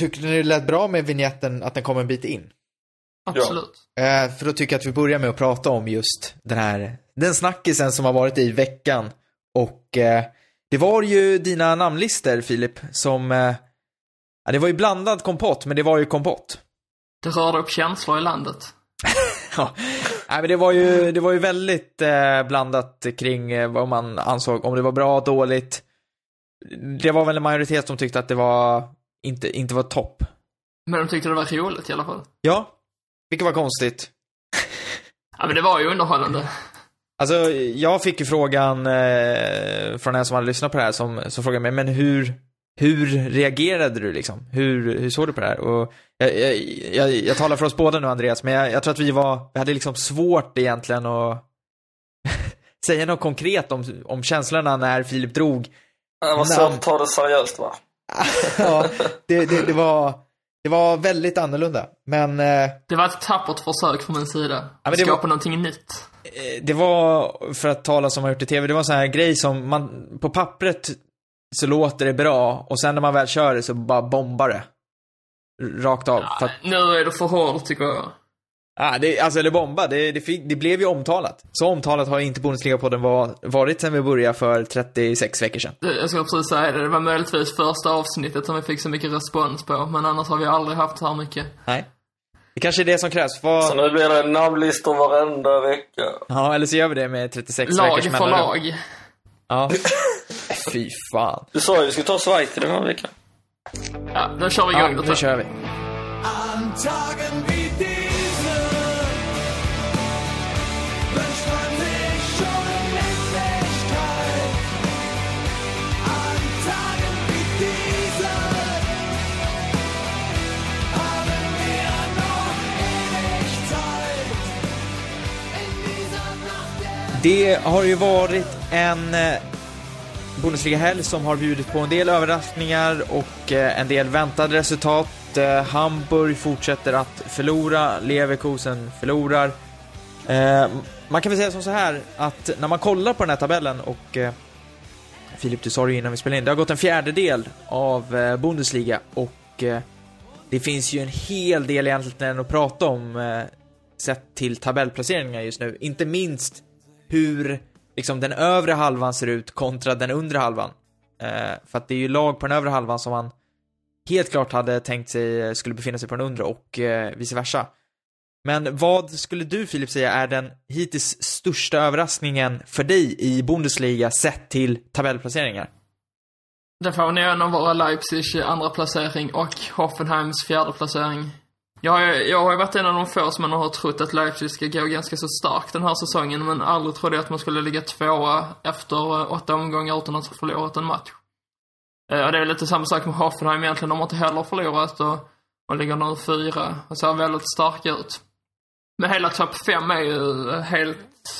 Tycker ni det lät bra med vignetten att den kom en bit in? Absolut. För då tycker jag att vi börjar med att prata om just den snackisen som har varit i veckan. Och det var ju dina namnlister, Filip, som... det var ju blandad kompott, men det var ju kompott. Det rörde upp känslor i landet. Ja, men det var ju väldigt blandat kring vad man ansåg, om det var bra, dåligt. Det var väl en majoritet som tyckte att det var inte var topp. Men de tyckte det var roligt i alla fall. Ja, vilket var konstigt. Ja, men det var ju underhållande. Alltså, jag fick ju frågan från en som hade lyssnat på det här som frågade mig, men hur reagerade du liksom? Hur såg du på det här? Och jag talar för oss båda nu, Andreas, men jag tror att vi hade liksom svårt egentligen att säga något konkret om känslorna när Filip drog. Det var så att ta det seriöst, va? Ja, det var väldigt annorlunda. Men det var ett tappert försök från min sida. Ja, skapa någonting nytt. Det var, för att tala som har gjort i tv, det var en sån här grej som man på pappret så låter det bra, och sen när man väl kör det så bara bombar det rakt av. Ja, nu är det för hårt, tycker jag. Eller bomba, det blev ju omtalat. Så omtalat har inte Bundesliga-podden varit sedan vi började för 36 veckor sedan. Jag ska precis säga det var möjligtvis första avsnittet som vi fick så mycket respons på, men annars har vi aldrig haft så här mycket. Nej. Det kanske är det som krävs. Så nu blir det namnlistor varenda vecka. Ja, eller så gör vi det med 36 veckors mellanrum. Lag för lag. Ja. Fy fan. Du sa ju vi skulle ta Schweiz den här veckan. Ja, då kör vi igång. Nu kör vi. Det har ju varit en Bundesliga-helg som har bjudit på en del överraskningar och en del väntade resultat. Hamburg fortsätter att förlora, Leverkusen förlorar. Man kan väl säga som så här att när man kollar på den här tabellen, och Filip, du sa det innan vi spelade in, det har gått en fjärdedel av Bundesliga, och det finns ju en hel del egentligen att prata om sett till tabellplaceringar just nu. Inte minst hur liksom den övre halvan ser ut kontra den undre halvan. För att det är ju lag på den övre halvan som man helt klart hade tänkt sig skulle befinna sig på den undre, och vice versa. Men vad skulle du, Filip, säga är den hittills största överraskningen för dig i Bundesliga sett till tabellplaceringar? Det får nog vara Leipzigs andra placering och Hoffenheims fjärde placering. Jag har ju varit en av de få som man har trott att Leipzig ska gå ganska så starkt den här säsongen, men aldrig trodde att man skulle ligga tvåa efter 8 omgångar utan att ha förlorat en match. Och det är lite samma sak med Hoffenheim egentligen. De har inte heller förlorat och ligger nu 4 och ser väldigt starka ut. Men hela topp 5 är ju helt,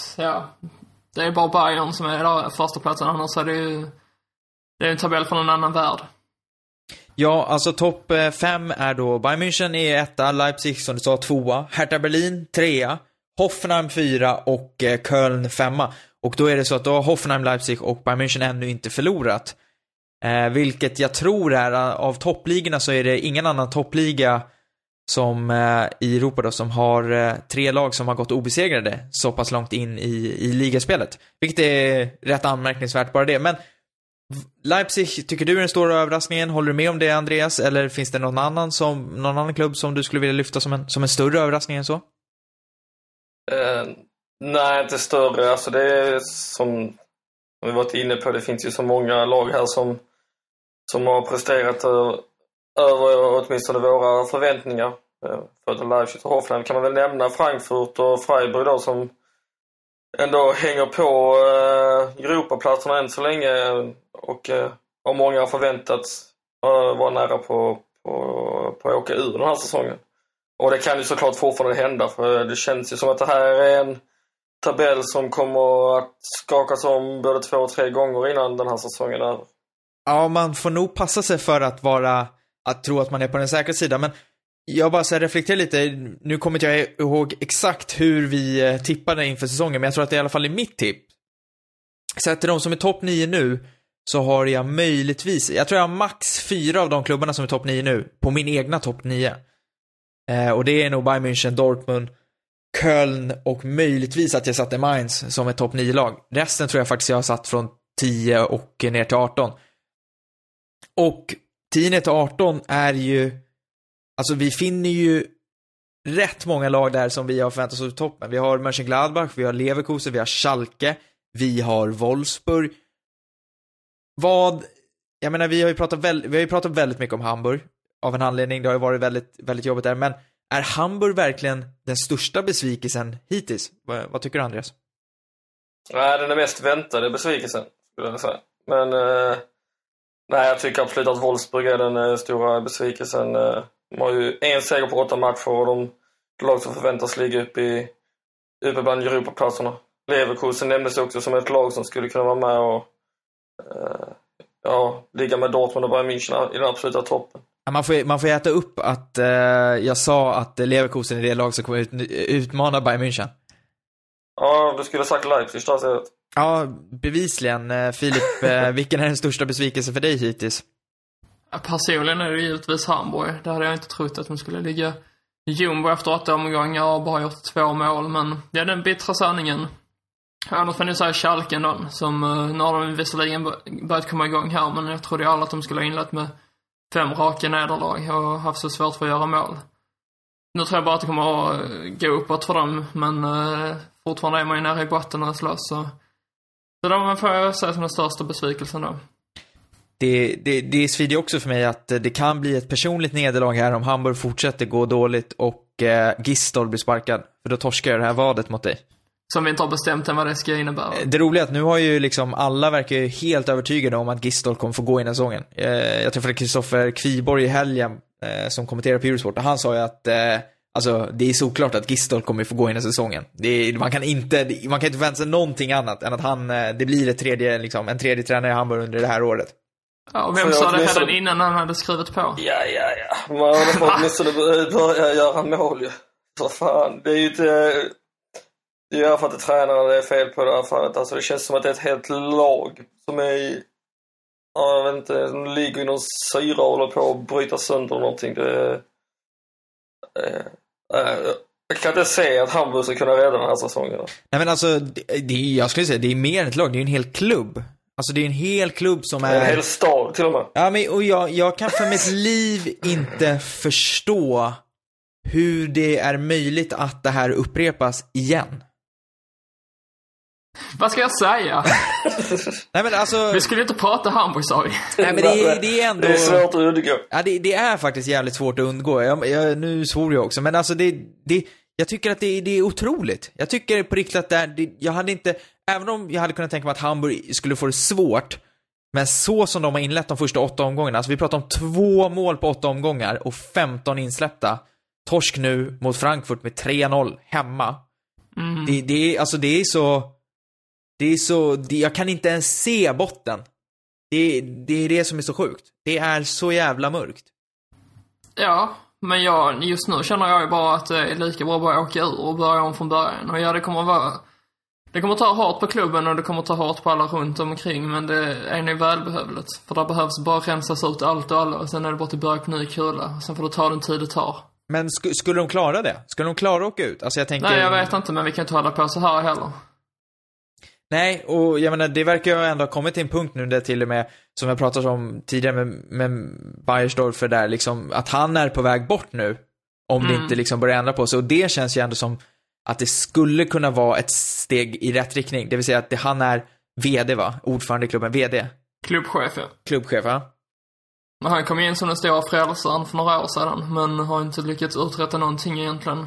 det är bara Bayern som är där första platsen, annars är det är en tabell från en annan värld. Ja, alltså topp 5 är då Bayern München är 1, Leipzig som du sa 2, Hertha Berlin 3, Hoffenheim 4 och Köln 5. Och då är det så att då har Hoffenheim, Leipzig och Bayern München ännu inte förlorat. Vilket jag tror är av toppligorna så är det ingen annan toppliga som i Europa då som har 3 lag som har gått obesegrade så pass långt in i ligaspelet. Vilket är rätt anmärkningsvärt bara det. Men Leipzig, tycker du är den stora överraskningen? Håller du med om det, Andreas? Eller finns det någon annan klubb som du skulle vilja lyfta som en större överraskning än så? Nej, inte större. Alltså det är som vi varit inne på, det finns ju så många lag här som har presterat över åtminstone våra förväntningar. För att Leipzig och Hoffenheim kan man väl nämna Frankfurt och Freiburg då, som ändå hänger på Europaplatserna än så länge och av många har förväntats vara nära på att åka ur den här säsongen. Och det kan ju såklart fortfarande hända, för det känns ju som att det här är en tabell som kommer att skakas om både 2 och 3 gånger innan den här säsongen är över. Ja, man får nog passa sig för att tro att man är på den säkra sidan, men jag bara så reflekterar lite. Nu kommer inte jag ihåg exakt hur vi tippade inför säsongen, men jag tror att det i alla fall är mitt tipp. Så att de som är topp 9 nu, så har jag möjligtvis, jag tror jag har max 4 av de klubbarna som är topp 9 nu på min egna topp 9. Och det är nog Bayern München, Dortmund, Köln och möjligtvis att jag satte Mainz som ett topp 9-lag. Resten tror jag faktiskt jag har satt från 10 och ner till 18. Och 10 ner till 18 är ju, alltså vi finner ju rätt många lag där som vi har förväntat oss på toppen. Vi har Mönchengladbach, vi har Leverkusen, vi har Schalke, vi har Wolfsburg. Jag menar, vi har ju pratat väldigt mycket om Hamburg av en anledning. Det har ju varit väldigt, väldigt jobbigt där. Men är Hamburg verkligen den största besvikelsen hittills? Vad tycker du, Andreas? Nej, den är mest väntade besvikelsen, skulle jag säga. Men nej, jag tycker absolut att Wolfsburg är den stora besvikelsen. De har ju en seger på 8 matcher och de lag som förväntas ligga uppe bland Europaplatserna. Leverkusen nämndes också som ett lag som skulle kunna vara med och ligga med Dortmund och Bayern München i den absoluta toppen. Man får äta upp att jag sa att Leverkusen är det lag som kommer utmana Bayern München. Ja, du skulle ha sagt Leipzig då, så. Ja, bevisligen. Filip, vilken är den största besvikelsen för dig hittills? Personligen är det givetvis Hamburg. Där hade jag inte trott att de skulle ligga i jumbo efter 8 omgångar och bara gjort 2 mål. Men det är den bittra sanningen. Annars får jag säga Schalke då, som nu har de visserligen börjat komma igång här, men jag trodde alla att de skulle ha inlett med 5 raka nederlag och haft så svårt för att göra mål. Nu tror jag bara att det kommer att gå uppåt för dem, men fortfarande är man ju nära i botten och slåss. Så de får jag säga som den största besvikelsen då. Det svider också för mig att det kan bli ett personligt nederlag här om Hamburg fortsätter gå dåligt och Gistol blir sparkad. För då torskar det här vadet mot dig. Som vi inte har bestämt än vad det ska innebära. Det roliga är att nu har ju liksom alla verkar ju helt övertygade om att Gistol kommer få gå in i säsongen. Jag träffade Kristoffer Kviborg i helgen som kommenterar på Eurosport, och han sa ju att alltså, det är såklart att Gistol kommer få gå in i säsongen. Man kan inte vänta sig någonting annat än att det blir en tredje tränare i Hamburg under det här året. Ja, och vem sa det redan innan han hade skrivit på? Ja. Man har åtminstone börja göra mål ju. Så fan, det är ju inte... Det är för att tränaren är fel på det här fallet. Alltså det känns som att det är ett helt lag som är i... Jag vet inte, som ligger i någon syra och håller på att bryta sönder någonting. Jag kan inte se att Hamburg ska kunna rädda den här säsongen. Nej, men alltså, jag skulle säga, det är mer än ett lag, det är en hel klubb. Alltså det är en hel klubb som är... En hel stad till och med. Ja, men och jag kan för mitt liv inte förstå hur det är möjligt att det här upprepas igen. Vad ska jag säga? Nej, men alltså... Vi skulle inte prata Hamburg, sa vi. Nej, men det är ändå... Det är svårt att undgå. Ja, det är faktiskt jävligt svårt att undgå. Nu svor jag också. Men alltså, jag tycker att det är otroligt. Jag tycker på riktigt att jag hade inte... Även om jag hade kunnat tänka mig att Hamburg skulle få det svårt, men så som de har inlett de första 8 omgångarna. Alltså vi pratar om 2 mål på 8 omgångar och 15 insläppta. Torsk nu mot Frankfurt med 3-0 hemma. Det är så... jag kan inte ens se botten. Det är det som är så sjukt. Det är så jävla mörkt. Ja, men just nu känner jag ju bara att det är lika bra att bara åka ur och börja om från början. Och ja, det kommer ta hårt på klubben och det kommer ta hårt på alla runt omkring, men det är nog välbehövligt. För det behövs bara rensas ut allt och alla, och sen är det bara till börja på ny kula. Sen får det ta den tid det tar. Men skulle de klara det? Skulle de klara att åka ut? Alltså Nej, jag vet inte, men vi kan inte hålla på så här heller. Nej, och jag menar, det verkar ju ändå ha kommit till en punkt nu där till och med, som jag pratade om tidigare med Beiersdorfer där, liksom, att han är på väg bort nu. Om det inte liksom börjar ändra på sig. Och det känns ju ändå som att det skulle kunna vara ett steg i rätt riktning. Det vill säga att han är vd, va? Ordförande i klubben, vd. Klubbchef, ja. Klubbchef, ja. Men han kom in som den stora frälsaren för några år sedan, men har inte lyckats uträtta någonting egentligen.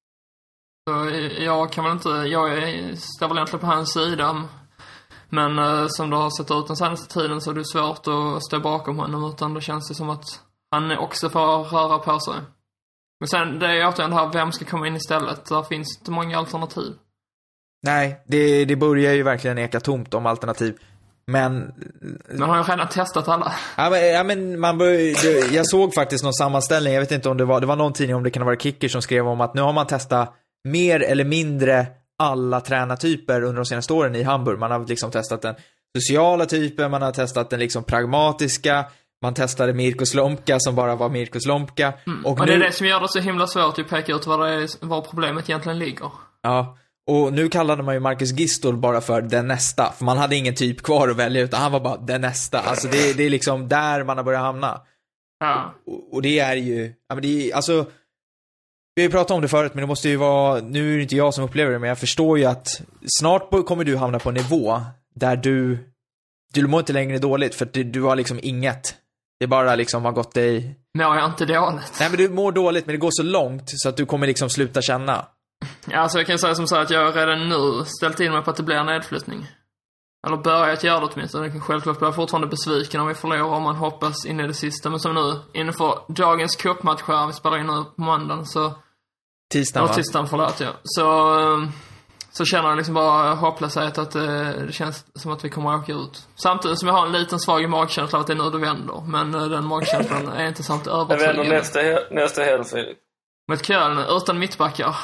Så jag står väl egentligen på hans sida. Men som det har sett ut den senaste tiden så är det svårt att stå bakom honom, utan det känns det som att han också får röra på sig. Men sen, det är återigen här, vem ska komma in istället? Där finns inte många alternativ. Nej, det börjar ju verkligen eka tomt om alternativ. Men har jag redan testat alla. Ja, men jag såg faktiskt någon sammanställning. Jag vet inte om det var någon tidning, om det kan vara Kicker, som skrev om att nu har man testat mer eller mindre alla tränartyper under de senaste åren i Hamburg. Man har liksom testat den sociala typer, man har testat den liksom pragmatiska, man testade Mirko Slomka som bara var Mirko Slomka. Och det är det som gör det så himla svårt att peka ut var problemet egentligen ligger. Ja, och nu kallade man ju Marcus Gistol bara för den nästa, för man hade ingen typ kvar att välja, utan han var bara den nästa. Alltså det är liksom där man har börjat hamna. Ja. Och det är ju, ja men det är, alltså, vi har ju pratat om det förut, men det måste ju vara, nu är det inte jag som upplever det, men jag förstår ju att snart kommer du hamna på en nivå där du mår inte längre dåligt, för du har liksom inget. Det bara liksom har gått dig... Mår jag inte dåligt? Nej, men du mår dåligt, men det går så långt så att du kommer liksom sluta känna. Ja, alltså jag kan säga som så att jag redan nu ställt in mig på att det blir en nedflyttning. Eller börjat göra det åtminstone. Självklart blir jag fortfarande besviken om vi förlorar, om man hoppas in i det sista. Men som nu, inför dagens cupmatch här, vi spelar in nu på måndagen, så... Tisdagen, va? Tisdagen, förlåt, ja. Så känner jag liksom bara hopplöshet, att det känns som att vi kommer att åka ut. Samtidigt som jag har en liten svag magkänsla att det är nu det vänder. Men den magkänslan är inte samt övertygande. Det vänder nästa helg, Filip. Mot Köln, utan mittbackar.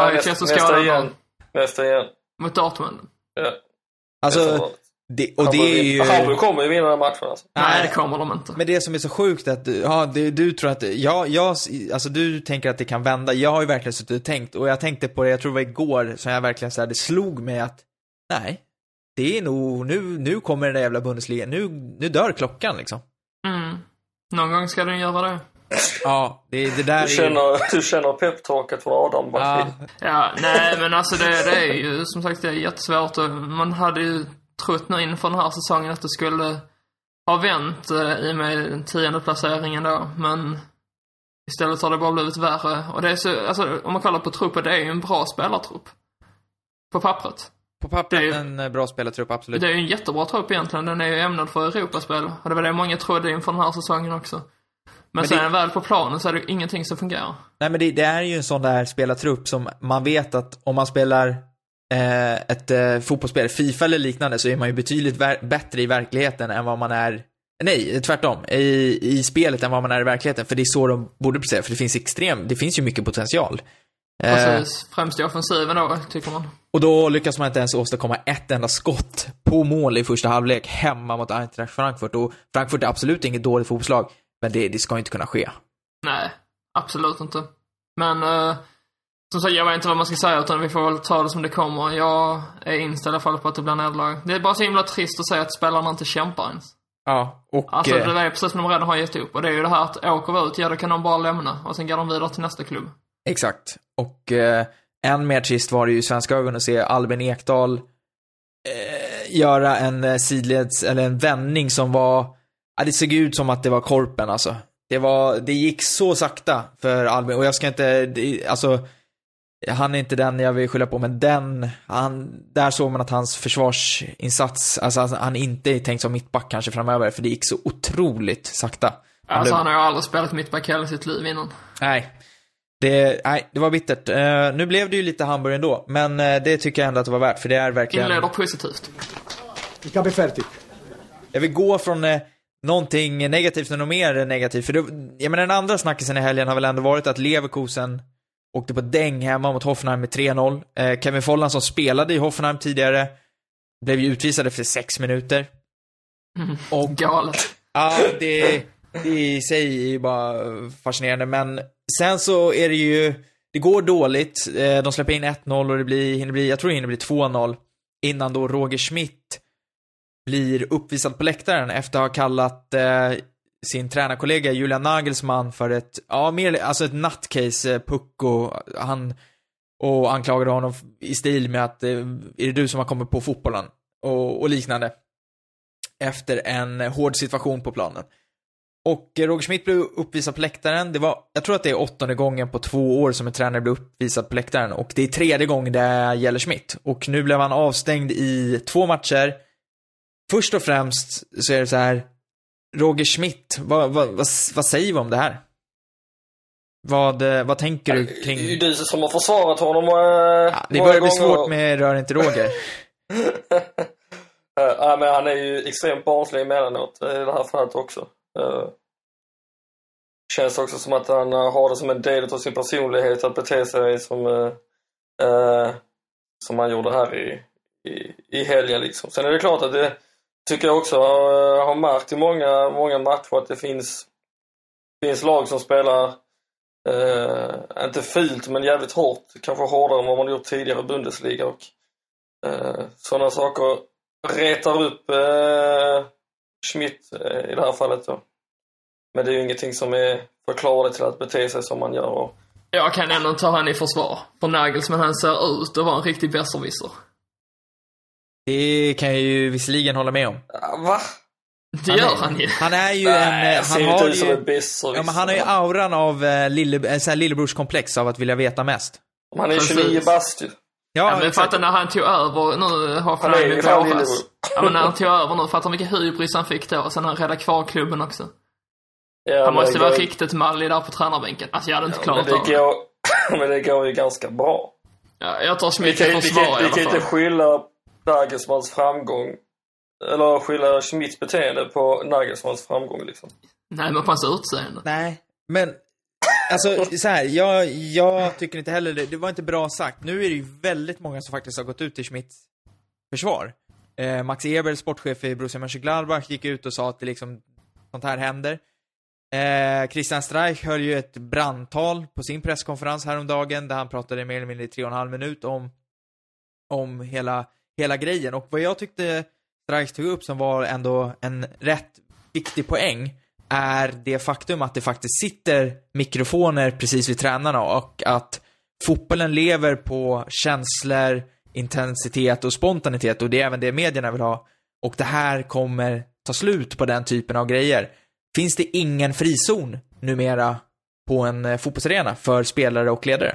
Nästa igen. Mot Dortmund. Ja. Alltså, det är ju... Hamburg kommer ju vinna den matchen, alltså. Nej, det kommer de inte. Men det som är så sjukt att du tror att alltså du tänker att det kan vända. Jag har ju verkligen suttit och tänkt, och jag tänkte på det, jag tror det var igår, så jag verkligen så här, det slog mig att nej, det är nog nu kommer den där jävla Bundesliga. Nu dör klockan liksom. Någon gång ska den göra det. Ja, det där du känner peptalket från Adam. Ja, nej, men alltså det är ju som sagt, det är jättesvårt. Man hade ju trott nu inför den här säsongen att det skulle ha vänt i med den 10:e placeringen då, men istället har det bara blivit värre. Och det är så, alltså, om man kollar på truppen, det är ju en bra spelartrupp på pappret. På pappret är en bra spelartrupp, absolut. Det är ju en jättebra trupp egentligen. Den är ju ämnad för Europaspel, och det var det många trodde inför den här säsongen också. Men sen väl på planen så är det ju ingenting som fungerar. Nej, men det är ju en sån där spelartrupp som man vet att om man spelar ett fotbollsspel, FIFA eller liknande, så är man ju betydligt bättre i verkligheten än vad man är. Nej, tvärtom. I spelet än vad man är i verkligheten. För det är så de borde prestera. För det finns ju mycket potential. Precis, främst i offensiven då, tycker man. Och då lyckas man inte ens åstadkomma ett enda skott på mål i första halvlek hemma mot Eintracht Frankfurt. Och Frankfurt är absolut inget dåligt fotbollslag. Men det ska inte kunna ske. Nej, absolut inte. Men som sagt, jag vet inte vad man ska säga, utan vi får väl ta det som det kommer. Jag är inställd i alla fall på att det blir nederlag. Det är bara så himla trist att säga att spelarna inte kämpar ens. Ja, och... Alltså det är precis som de redan har gett upp. Och det är ju det här att åker vi ut, ja då kan de bara lämna. Och sen går de vidare till nästa klubb. Exakt. Och än mer trist var det ju i svenska ögon att se Albin Ekdal göra en sidleds, eller en vändning som var... Ja, det såg ut som att det var korpen, alltså. Det gick så sakta för Albin. Och jag ska inte... Alltså, han är inte den jag vill skylla på, men där såg man att hans försvarsinsats, alltså han inte är tänkt som mittback kanske framöver, för det gick så otroligt sakta. Alltså han har ju aldrig spelat mittback hela sitt liv innan. Nej, det var bittert. Nu blev det ju lite Hamburg ändå, men det tycker jag ändå att det var värt, för det är verkligen... Inleder positivt. Vi kan bli färdigt. Jag vill gå från någonting negativt till något mer negativt, för jag menar, den andra snackisen i helgen har väl ändå varit att Leverkusen åkte på däng hemma mot Hoffenheim med 3-0. Kevin Folland, som spelade i Hoffenheim tidigare, blev ju utvisad efter 6 minuter. Och galet. Ja, det i sig är ju bara fascinerande. Men sen så är det ju, det går dåligt. De släpper in 1-0 och jag tror det hinner bli 2-0 innan då Roger Schmidt blir uppvisad på läktaren efter att ha kallat sin tränarkollega Julian Nagelsmann för ett ett nutcase, pucko. Han och anklagade honom i stil med att är det du som har kommit på fotbollen och liknande, efter en hård situation på planen. Och Roger Schmidt blev uppvisad på läktaren. Jag tror att det är 8:e gången på 2 år som en tränare blir uppvisad på läktaren, och det är 3:e gången det gäller Schmidt. Och nu blev han avstängd i 2 matcher. Först och främst så är det så här, Roger Schmidt, vad säger vi om det här? Vad tänker du kring... Det är ju du som har försvarat honom. Det börjar bli svårt med rör inte Roger. Ja, men han är ju extremt barnslig emellanåt i det här fallet också. Känns också som att han har det som en del av sin personlighet att bete sig som han gjorde här i helgen liksom. Sen är det klart att tycker jag också har märkt i många matcher att det finns lag som spelar inte fult men jävligt hårt, kanske hårdare än vad man gjort tidigare i Bundesliga, och sådana saker retar upp Schmidt i det här fallet då. Men det är ju ingenting som är förklarligt till att bete sig som man gör. Och... Jag kan ändå ta han i försvar. För Nagelsmann, han ser ut att vara en riktig besserwisser. Det kan jag ju visserligen hålla med om. Va? Det gör han ju. Han är ju han har ju auran av lillebrorskomplex av att vilja veta mest. Han är 29 bast ju. Ja, men fattar när han tog över nu Hoffenheim i våras. Ja, men när han tog över nu, fattar mycket hybris han fick då, och sen han räddade kvar klubben också. Ja, han måste vara riktigt mallig där på tränarbänken. Alltså jag hade inte klarat av det. Men det går ju ganska bra. Ja, jag tar Schmidt i försvar i alla fall. Vi kan inte skylla Nagelsmanns framgång eller skylla Schmidts beteende på Nagelsmanns framgång liksom. Nej, men på hans utseende. Nej, men alltså så här, jag tycker inte heller det var inte bra sagt. Nu är det ju väldigt många som faktiskt har gått ut i Schmidts försvar. Max Eberl, sportchef i Borussia Mönchengladbach, gick ut och sa att det liksom sånt här händer. Christian Streich höll ju ett brandtal på sin presskonferens häromdagen där han pratade mer eller mindre i 3,5 minut om hela grejen. Och vad jag tyckte Streich tog upp som var ändå en rätt viktig poäng är det faktum att det faktiskt sitter mikrofoner precis vid tränarna och att fotbollen lever på känslor, intensitet och spontanitet, och det är även det medierna vill ha, och det här kommer ta slut på den typen av grejer. Finns det ingen frizon numera på en fotbollsarena för spelare och ledare?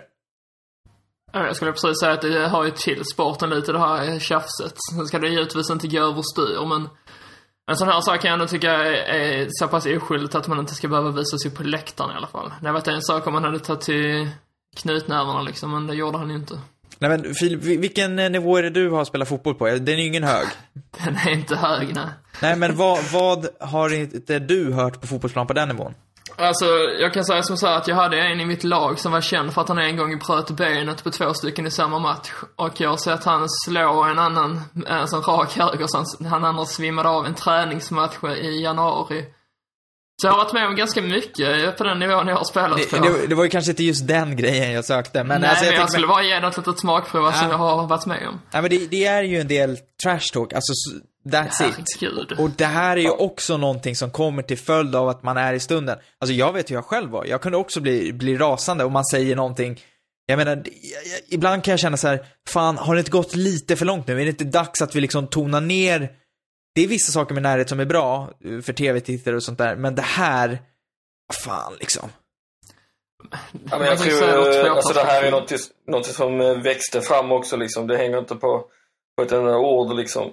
Jag skulle precis säga att det har ju till sporten lite det här tjafset. Sen ska det givetvis inte gå överstyr, men en sån här sak kan jag ändå tycka är så pass oskyldigt att man inte ska behöva visa sig på läktaren i alla fall. Det var en sak om man hade tagit till knutnävarna liksom, men det gjorde han ju inte. Nej, men Filip, vilken nivå är det du har spelat fotboll på? Den är ju ingen hög. Den är inte hög, nej. Nej, men vad har inte du hört på fotbollsplan på den nivån? Alltså, jag kan säga som så att jag hade en i mitt lag som var känd för att han en gång bröt benet på 2 stycken i samma match. Och jag har sett han slå en annan, en sån rak höger, så han andra svimmade av en träningsmatch i januari. Så jag har varit med om ganska mycket på den nivån jag har spelat på. Det var ju kanske inte just den grejen jag sökte. Men nej, alltså, jag skulle bara ge något litet smakprov som jag har varit med om. Nej, men det är ju en del trash talk. Alltså, that's it. Och det här är ju också någonting som kommer till följd av att man är i stunden. Alltså jag vet hur jag själv var. Jag kunde också bli rasande om man säger någonting. Jag menar, ibland kan jag känna så här: fan, har det inte gått lite för långt nu? Är det inte dags att vi liksom tonar ner? Det är vissa saker med närhet som är bra för tv-tittare och sånt där. Men det här, fan liksom. Ja, men jag tror alltså det här är något som växte fram också liksom. Det hänger inte på ett enda ord liksom.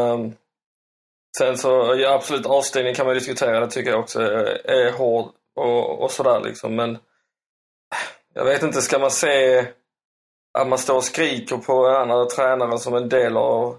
Sen så, ja, absolut, avstängning kan man diskutera. Det tycker jag också är hård och sådär liksom. Men jag vet inte, ska man se att man står och skriker på andra tränare som en del av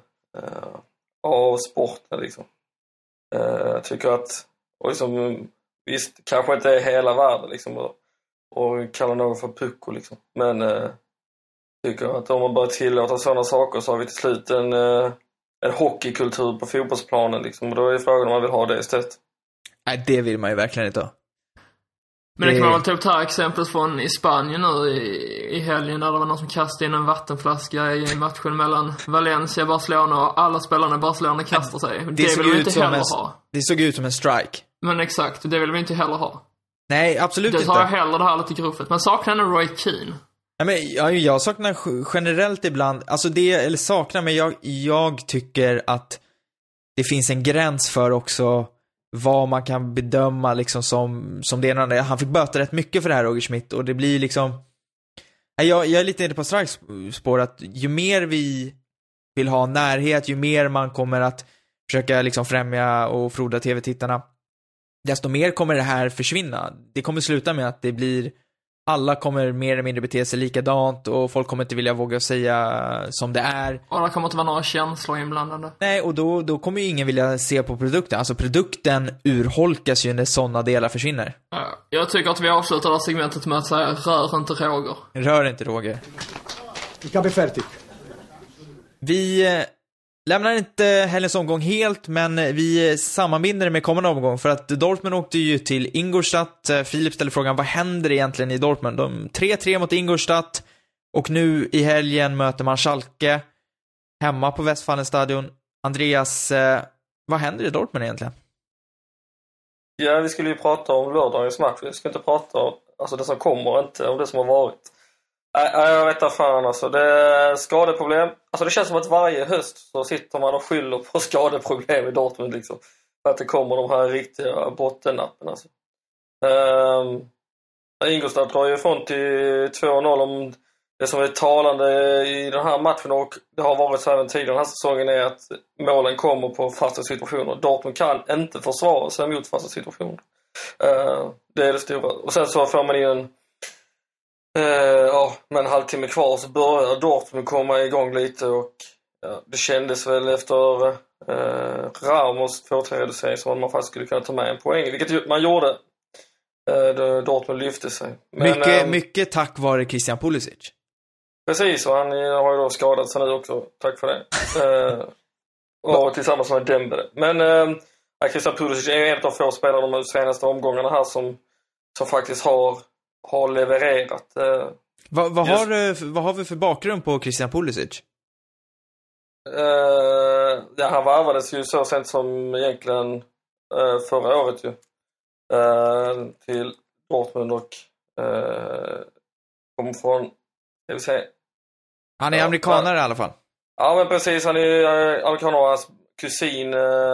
sporten liksom. Jag tycker att, och liksom, visst, kanske inte är hela världen liksom, och kalla någon för pucko liksom. Men tycker att om man bara tillåter sådana saker så har vi till slut en hockeykultur på fotbollsplanen liksom. Och då är frågan om man vill ha det istället. Nej, det vill man ju verkligen inte ha. Men det kan man väl ta upp här exempel från i Spanien nu i helgen, där det var någon som kastade in en vattenflaska i matchen mellan Valencia och Barcelona, och alla spelarna i Barcelona kastar sig. Det vill vi inte heller ha. Det såg ut som en strike. Men exakt, det vill vi inte heller ha. Nej, absolut inte. Det tar jag heller det här lite gruffet. Men saknar en Roy Keane? Ja, men jag saknar generellt ibland, alltså det, eller saknar, men jag tycker att det finns en gräns för också vad man kan bedöma liksom som det ena. Han fick böta rätt mycket för det här, Roger Schmidt, och det blir liksom, jag är lite inne på Strikes spår att ju mer vi vill ha närhet, ju mer man kommer att försöka liksom främja och froda tv-tittarna, desto mer kommer det här försvinna. Det kommer sluta med att det blir, alla kommer mer eller mindre bete sig likadant, och folk kommer inte vilja våga säga som det är. Och det kommer inte vara några känslor inblandade. Nej, och då kommer ju ingen vilja se på produkten. Alltså produkten urholkas ju när sådana delar försvinner. Ja, jag tycker att vi avslutar det här segmentet med att säga: rör inte Roger. Rör inte Roger. Il capo è fertig. Vi lämnar inte helgens omgång helt, men vi sammanbinder det med kommande omgång för att Dortmund åkte ju till Ingolstadt. Filip ställer frågan, vad händer egentligen i Dortmund? De 3-3 mot Ingolstadt och nu i helgen möter man Schalke hemma på Westfalenstadion. Andreas, vad händer i Dortmund egentligen? Ja, vi skulle ju prata om lördagens match. Vi ska inte prata om det som kommer, inte om det som har varit. Jag vet inte fan alltså. Det är skadeproblem. Alltså det känns som att varje höst så sitter man och skyller på skadeproblem i Dortmund liksom. För att det kommer de här riktiga bottennappen alltså. Ingolstadt drar ju ifrån till 2-0 om det som är talande i den här matchen, och det har varit så även tidigare den här säsongen, är att målen kommer på fasta situationer. Dortmund kan inte försvara sig mot fasta situationer. Det är det stora. Och sen så får man in med en halvtimme kvar så börjar Dortmund komma igång lite, och det kändes väl efter Ramos 2-3-reducering som man faktiskt skulle kunna ta med en poäng, vilket man gjorde. Dortmund lyfte sig. Men, mycket tack vare Christian Pulisic. Precis, och han har ju då skadat sig nu också. Tack för det. Och tillsammans med Dembele. Men Christian Pulisic är en av få spelare de senaste omgångarna här som faktiskt har levererat. Vad har vi för bakgrund på Christian Pulisic? Han varvades ju så sent som egentligen förra året ju. Till Dortmund och kom från, jag vill säga, han är amerikanare i alla fall. Ja, men precis, han är amerikaner, hans kusin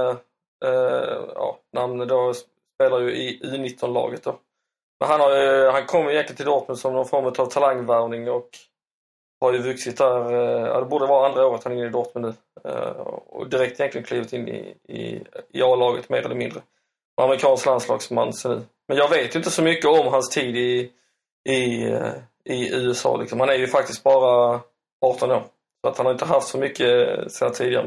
namnet då spelar ju i U19-laget då. Men han kom egentligen till Dortmund som någon form av talangvärvning och har ju vuxit där. Det borde vara andra året han är inne i Dortmund nu. Och direkt egentligen klivit in i A-laget mer eller mindre. Amerikansk landslagsman så nu. Men jag vet ju inte så mycket om hans tid i USA liksom. Han är ju faktiskt bara 18 år. Så att han har inte haft så mycket sedan tidigare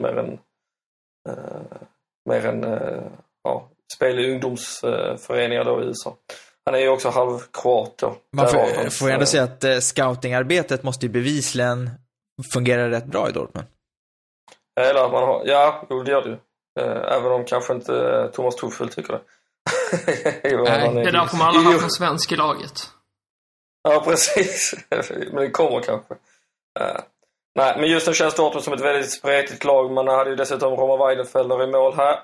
mer än spel i ungdomsföreningar då i USA. Han är ju också halvkroat då. Man får ändå säga att scoutingarbetet måste ju bevisligen fungera rätt bra i Dortmund. Eller att man har, det gör det ju. Även om kanske inte Thomas Tuchel tycker det. Det är därför man aldrig haft en svensk i laget. Ja, precis. Men det kommer kanske. Nej, men just nu känns Dortmund som ett väldigt spretigt lag. Man hade ju dessutom Roma Weidenfeller i mål här.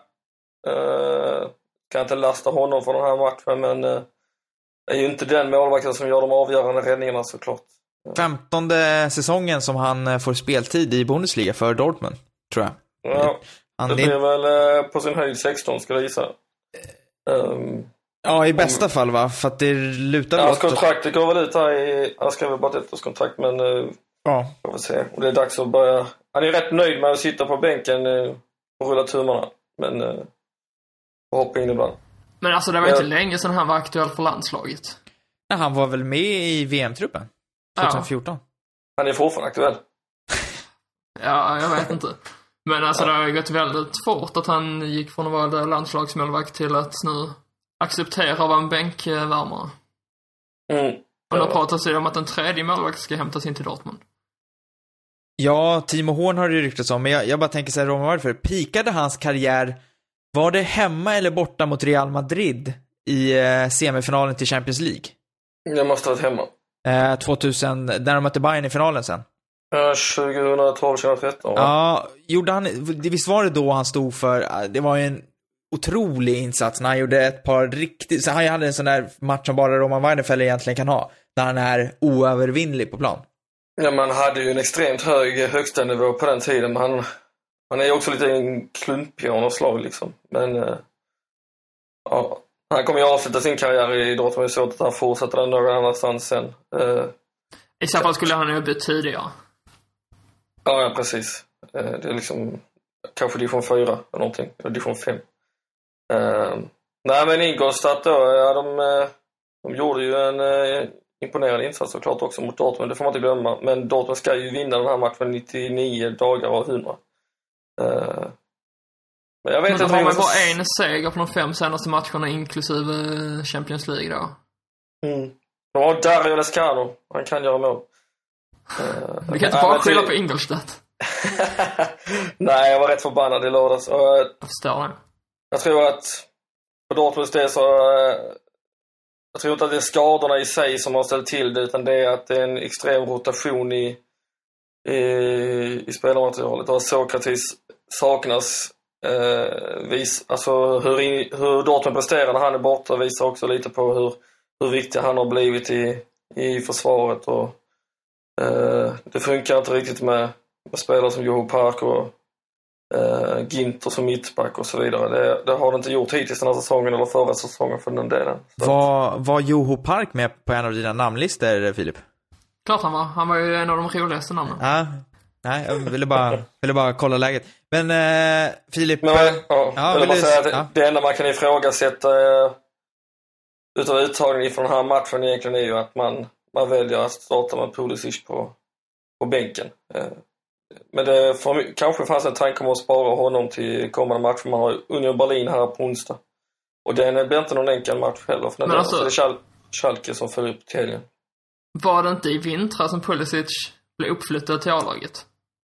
Kan inte lasta honom för den här matchen, men är ju inte den målvakten som gör de avgörande räddningarna såklart. 15:e säsongen som han får speltid i Bundesliga för Dortmund, tror jag. Ja, det blir väl på sin höjd 16 ska jag gissa. Ja, i bästa fall va? För att det lutar hans kontrakt det går väl ut här han skrev väl bara ett årskontrakt, men får vi se. Och det är dags att börja. Han är rätt nöjd med att sitta på bänken och rulla tummarna, men hoppa in ibland. Men alltså det var inte länge sedan han var aktuell för landslaget. Ja, han var väl med i VM-truppen 2014. Han är fortfarande aktuell. Ja, jag vet inte. Men alltså det har ju gått väldigt fort att han gick från att vara landslagsmålvakt till att nu acceptera att vara en bänkvärmare. Och då pratas det om att en tredje målvakt ska hämtas in till Dortmund. Ja, Timo Horn har det ju ryktats om, men jag bara tänker så här, Roma, varför pikade hans karriär? Var det hemma eller borta mot Real Madrid i semifinalen till Champions League? Det måste ha varit hemma. 2000, när de mötte Bayern i finalen sen. 2012-2013. Ja, gjorde han, visst var det då han stod för, det var ju en otrolig insats när han gjorde ett par riktigt, så han hade en sån där match som bara Roman Weidenfeller egentligen kan ha, när han är oövervinnlig på plan. Ja, man hade ju en extremt hög högsta nivå på den tiden, men han är ju också lite en klumpig av slag liksom. Men han kommer ju avsluta sin karriär i Dortmund, så att han fortsätter den någon annanstans sen. I så fall skulle han ju byta tidigare. Ja, precis. Det är liksom kanske division 4 eller någonting, eller division 5. Nej, men Ingolstadt då, de gjorde ju en imponerande insats såklart också mot Dortmund, det får man inte glömma. Men Dortmund ska ju vinna den här matchen 99 dagar av 100. Men jag vet inte. De har väl bara en seger på de 5 senaste matcherna inklusive Champions League då. De har Dario Lescano, han kan göra mål. Vi kan inte bara skylla på Ingolstadt. Nej, jag var rätt förbannad i lördags. Jag förstår det. Jag tror att på Dortmunds del så... Jag tror inte att det är skadorna i sig som har ställt till det, utan det är att det är en extrem rotation i spelarmaterialet. Och Sokratis saknas. Alltså hur Dortmund presterar när han är borta visar också lite på hur viktig han har blivit i försvaret. Och det funkar inte riktigt med spelare som Joho Park och Ginter som mittback och så vidare. Det har det inte gjort hittills den här säsongen eller förra säsongen för den delen. Var Joho Park med på en av dina namnlistor, Filip? Klart han var. Han var ju en av de roligaste namnen. Ja. Nej, jag ville bara kolla läget. Men Filip... Det enda man kan ifrågasätta utav uttagningen från den här matchen egentligen är ju att man väljer att starta med Pulisic på bänken. Men det kanske fanns en tanke om att spara honom till kommande match. Man har Union Berlin här på onsdag. Och det blir inte någon enkel match heller. För det är Schalke som följer upp till helgen. Var det inte i vinter som Pulisic blev uppflyttad till A-laget?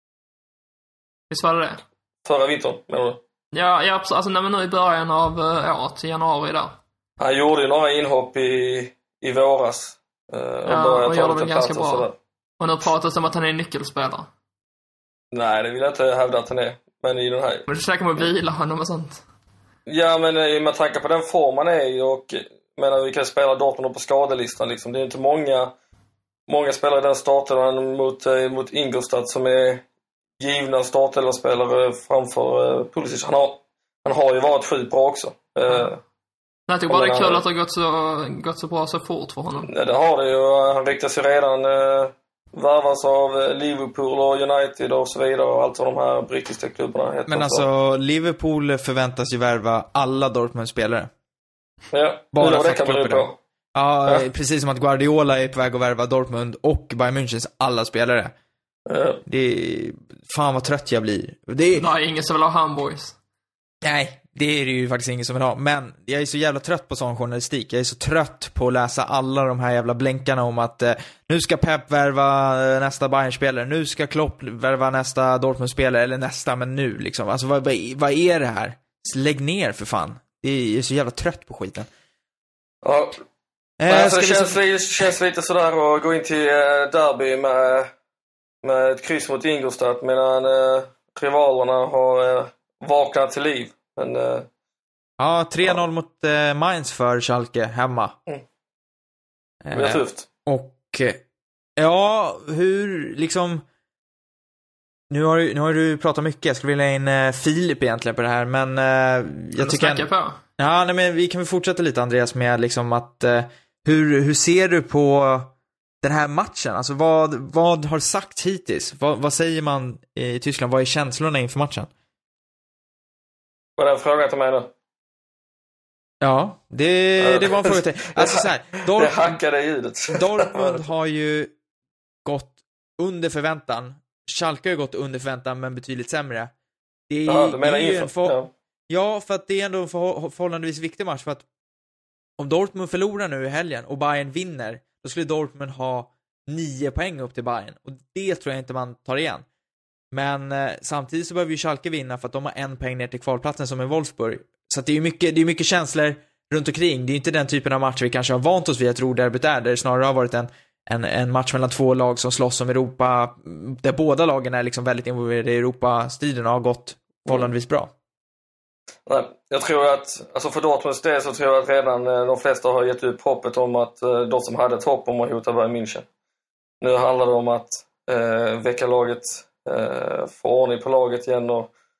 Visst var det? Förra vintern, menar du? Ja, alltså när man nu i början av året, i januari där. Han gjorde ju några inhopp i våras. Och gjorde väl ganska bra. Och nu pratas det om att han är en nyckelspelare. Nej, det vill jag inte hävda att han är. Men i den här... Men du försöker med att vila honom och sånt. Ja, men med tanke på den form man är i och vi kan spela Dortmund på skadelistan liksom. Det är inte många spelare i den starten mot Ingolstadt som är givna startelva-spelare framför Pulisic. Han har ju varit sjukt bra också. Jag tycker bara det är kul att det har gått så bra så fort för honom. Ja, det har det ju. Han riktar sig redan värvas av Liverpool och United och så vidare och allt vad de här brittiska klubbarna heter. Men alltså, Liverpool förväntas ju värva alla Dortmund-spelare. Ja, bara det kan bero på. Ja, precis som att Guardiola är på väg att värva Dortmund och Bayern Münchens alla spelare. Ja. Det är... Fan vad trött jag blir. Nej, ingen som vill ha Hamburgs. Nej, det är det ju faktiskt ingen som vill ha. Men jag är så jävla trött på sån journalistik. Jag är så trött på att läsa alla de här jävla blänkarna om att nu ska Pep värva nästa Bayern-spelare. Nu ska Klopp värva nästa Dortmund-spelare. Eller nästa, men nu liksom. Alltså vad är det här? Lägg ner för fan. Jag är så jävla trött på skiten. Ja. Alltså, det känns lite sådär att gå in till derby med ett kryss mot Ingolstadt medan rivalerna har vaknat till liv. Men, ja, 3-0 mot Mainz för Schalke hemma. Det är tufft. Och ja, hur liksom... Nu har du pratat mycket. Jag skulle vilja in Filip egentligen på det här, men jag tycker... Ja, nej, men vi kan väl fortsätta lite, Andreas, med liksom att... Hur ser du på den här matchen? Alltså vad har sagts hittills? Vad säger man i Tyskland? Vad är känslorna inför matchen? Var det en fråga till mig nu? Ja, det var en fråga till. Alltså så här, det hackade ljudet. Dortmund har ju gått under förväntan. Schalke har gått under förväntan, men betydligt sämre. Det är ju ja, för att det är ändå en förhållandevis viktig match. För att om Dortmund förlorar nu i helgen och Bayern vinner, då skulle Dortmund ha 9 poäng upp till Bayern. Och det tror jag inte man tar igen. Men samtidigt så behöver ju Schalke vinna för att de har 1 poäng ner till kvalplatsen som är Wolfsburg. Så att det är mycket känslor runt omkring. Det är inte den typen av match vi kanske har vant oss vid att Ro-derbyt är. Där det snarare har varit en match mellan 2 lag som slåss om Europa. Där båda lagen är liksom väldigt involverade i Europa-striden och har gått förhållandevis bra. Nej, jag tror att, alltså för Dortmunds del så tror jag att redan de flesta har gett upp hoppet om att de som hade ett hopp om att hota Bayern München. Nu handlar det om att väcka laget, få ordning på laget igen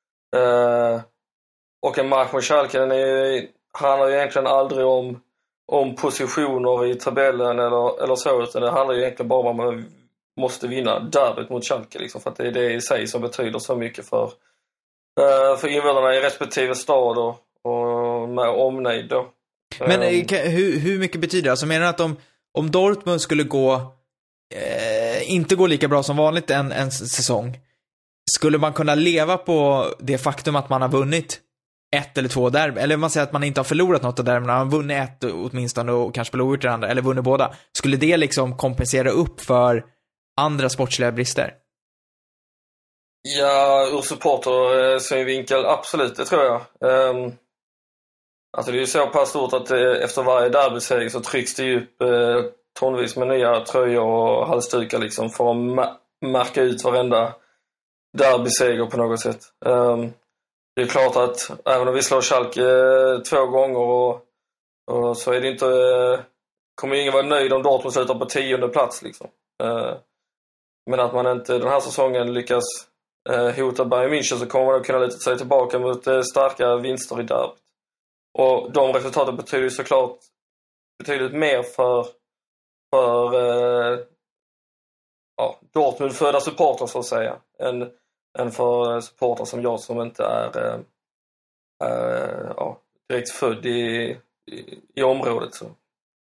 och en match mot Schalke, handlar ju egentligen aldrig om positioner i tabellen eller så, utan det handlar ju egentligen bara om att man måste vinna derbyt mot Schalke liksom, för att det är det i sig som betyder så mycket för invånarna i respektive stad och med omnejd då. Men hur mycket betyder det? Alltså menar du att om Dortmund skulle inte gå lika bra som vanligt en säsong, skulle man kunna leva på det faktum att man har vunnit 1 eller 2 derby, eller man säger att man inte har förlorat något av derby, men man har vunnit 1 åtminstone och kanske förlorat det andra, eller vunnit båda, skulle det liksom kompensera upp för andra sportsliga brister? Ja, ur supporter-synvinkel, absolut, det tror jag. Alltså det är ju så pass stort att efter varje derbyseger så trycks det ju upp tonvis med nya tröjor och halsdukar liksom för att märka ut varenda derbyseger på något sätt. Det är klart att även om vi slår Schalke 2 gånger och så är det inte, kommer ingen vara nöjd om Dortmund slutar på 10:e plats liksom. Men att man inte den här säsongen lyckas hota Bayern München, så kommer man att kunna luta sig tillbaka mot starka vinster i derbyt. Och de resultaten betyder såklart betydligt mer för Dortmund-födda supportrar så att säga, än för supportrar som jag som inte är direkt född i området. Så.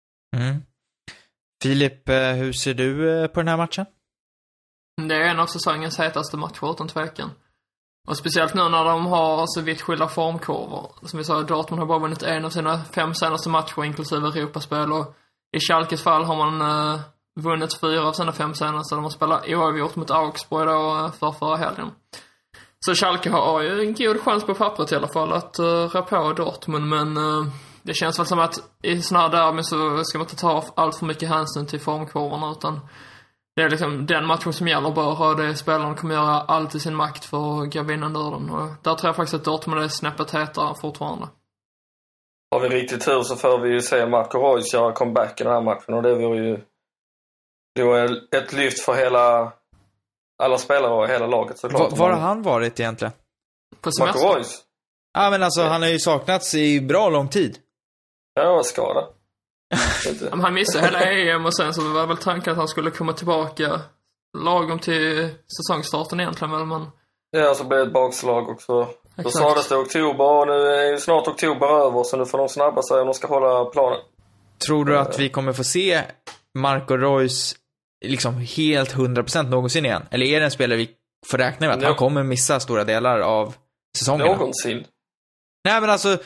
Filip, hur ser du på den här matchen? Det är en av säsongens hetaste matcher utan tvekan. Och speciellt nu när de har så vitt skilda formkurvor. Som vi sa, Dortmund har bara vunnit en av sina 5 senaste matcher inklusive Europaspel. Och i Schalkes fall har man vunnit 4 av sina 5 senaste. De har spelat oavgjort mot Augsburg då förra helgen. Så Schalke har ju en god chans på pappret i alla fall att rå på Dortmund. Men det känns väl som att i såna här derby så ska man inte ta allt för mycket hänsyn till formkurvorna, utan det är liksom den matchen som gäller bara, och det spelarna kommer göra allt i sin makt för att gå vinnande ur den. Och där tror jag faktiskt att Dortmund är snäppet hetare fortfarande. Har vi riktigt tur så får vi ju se Marco Reus göra comeback i den här matchen, och det vore ju ett lyft för alla spelare och hela laget. Var har han varit egentligen? På semester? Marco Reus? Ja, men alltså han har ju saknats i bra lång tid. Ja, skada. Han missade hela EM och sen så var väl tanken att han skulle komma tillbaka lagom till säsongstarten egentligen, men ja, så blev det ett bakslag också. Då sades det oktober, och nu är ju snart oktober över, så nu får de snabba sig om de ska hålla planen. Tror du att vi kommer få se Marco Reus liksom helt 100% någonsin igen? Eller är det en spelare vi får räkna med att han kommer missa stora delar av säsongen? Någonsin. Nej men alltså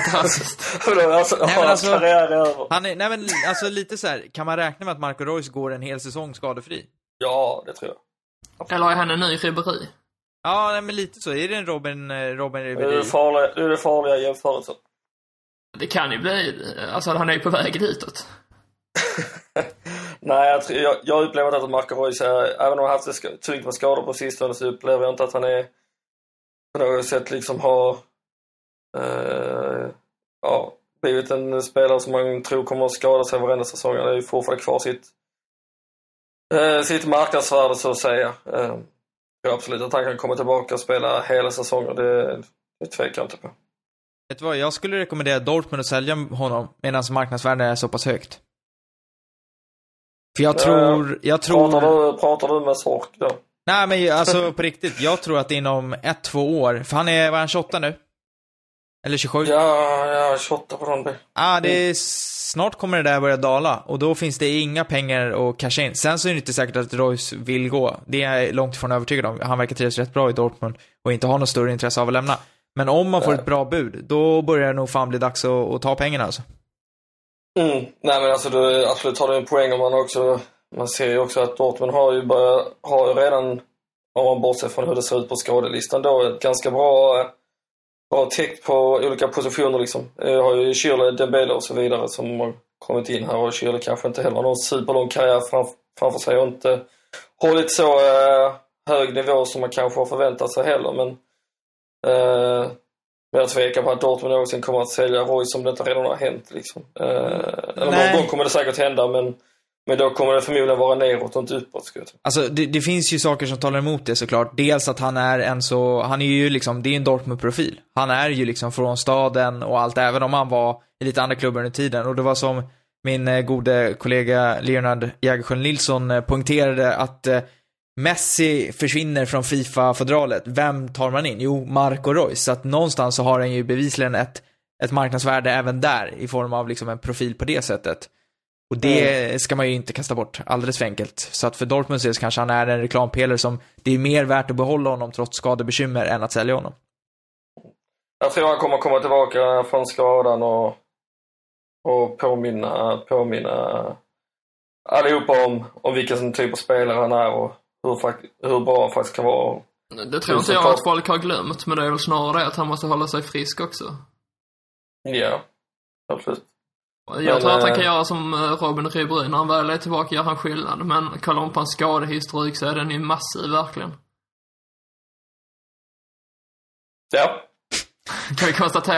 lite så här, kan man räkna med att Marco Reus går en hel säsong skadefri? Ja, det tror jag. Eller är han en ny Ribéry? Ja, nej, men lite så. Är det en Robin Ribéry? Det är det farliga jämförelsen. Det kan ju bli, alltså han är ju på väg ditåt. Nej, jag upplever inte att Marco Reus är, även om han haft det tungt med skador på sistone, så upplever jag inte att han är på något sätt liksom har blivit en spelare som man tror kommer att skada sig varenda säsong. Han är ju fortfarande kvar sitt marknadsvärde så att säga. Jag absolut att han kan komma tillbaka och spela hela säsongen. Det tvekar jag inte på. Vet du vad, jag skulle rekommendera Dortmund att sälja honom medan marknadsvärdet är så pass högt. För jag tror... Pratar du med Sork då? Nej, men alltså på riktigt, jag tror att inom 1-2 år, för han är, var han 28 nu? Eller 27? Ja, 28 på den. Snart kommer det där börja dala, och då finns det inga pengar att casha in. Sen så är det inte säkert att Reus vill gå. Det är jag långt ifrån övertygad om. Han verkar trivas rätt bra i Dortmund och inte har något större intresse av att lämna. Men om man får ett bra bud, då börjar det nog fan bli dags att ta pengarna alltså. Nej, men alltså du absolut har du en poäng om man ser ju också att Dortmund har ju redan, om man bortser från hur det ser ut på skadelistan då, ett ganska bra täckt på olika positioner liksom. Jag har ju Schürrle, Dembele och så vidare som har kommit in här, och Schürrle kanske inte heller har någon superlång karriär framför sig och inte hållit så hög nivå som man kanske har förväntat sig heller, men jag tvekar på att Dortmund någonsin kommer att sälja Reus om det inte redan har hänt liksom. Eller någon gång kommer det säkert hända, men då kommer det förmodligen vara neråt och inte uppåt. Alltså det finns ju saker som talar emot det såklart. Dels att han är ju liksom, det är en Dortmund-profil. Han är ju liksom från staden och allt, även om han var i lite andra klubbar under tiden. Och det var som min gode kollega Leonard Jägerskiöld Nilsson poängterade, att Messi försvinner från FIFA-fodralet. Vem tar man in? Jo, Marco Reus. Så att någonstans så har han ju bevisligen ett marknadsvärde även där, i form av liksom en profil på det sättet. Och det ska man ju inte kasta bort alldeles för enkelt. Så att för Dortmund så kanske han är en reklampelare som det är mer värt att behålla honom trots skadebekymmer än att sälja honom. Jag tror han kommer komma tillbaka från skadan och påminna allihopa om vilken typ av spelare han är och hur bra han faktiskt kan vara. Det tror inte jag att folk har glömt, men det är väl snarare det att han måste hålla sig frisk också. Ja, absolut. Jag tror att han kan göra som Robin Rybry. När han väl är tillbaka gör han skillnad. Men kollar man på en skadehistorik så är den ju massiv, verkligen. Ja. Kan vi konstatera.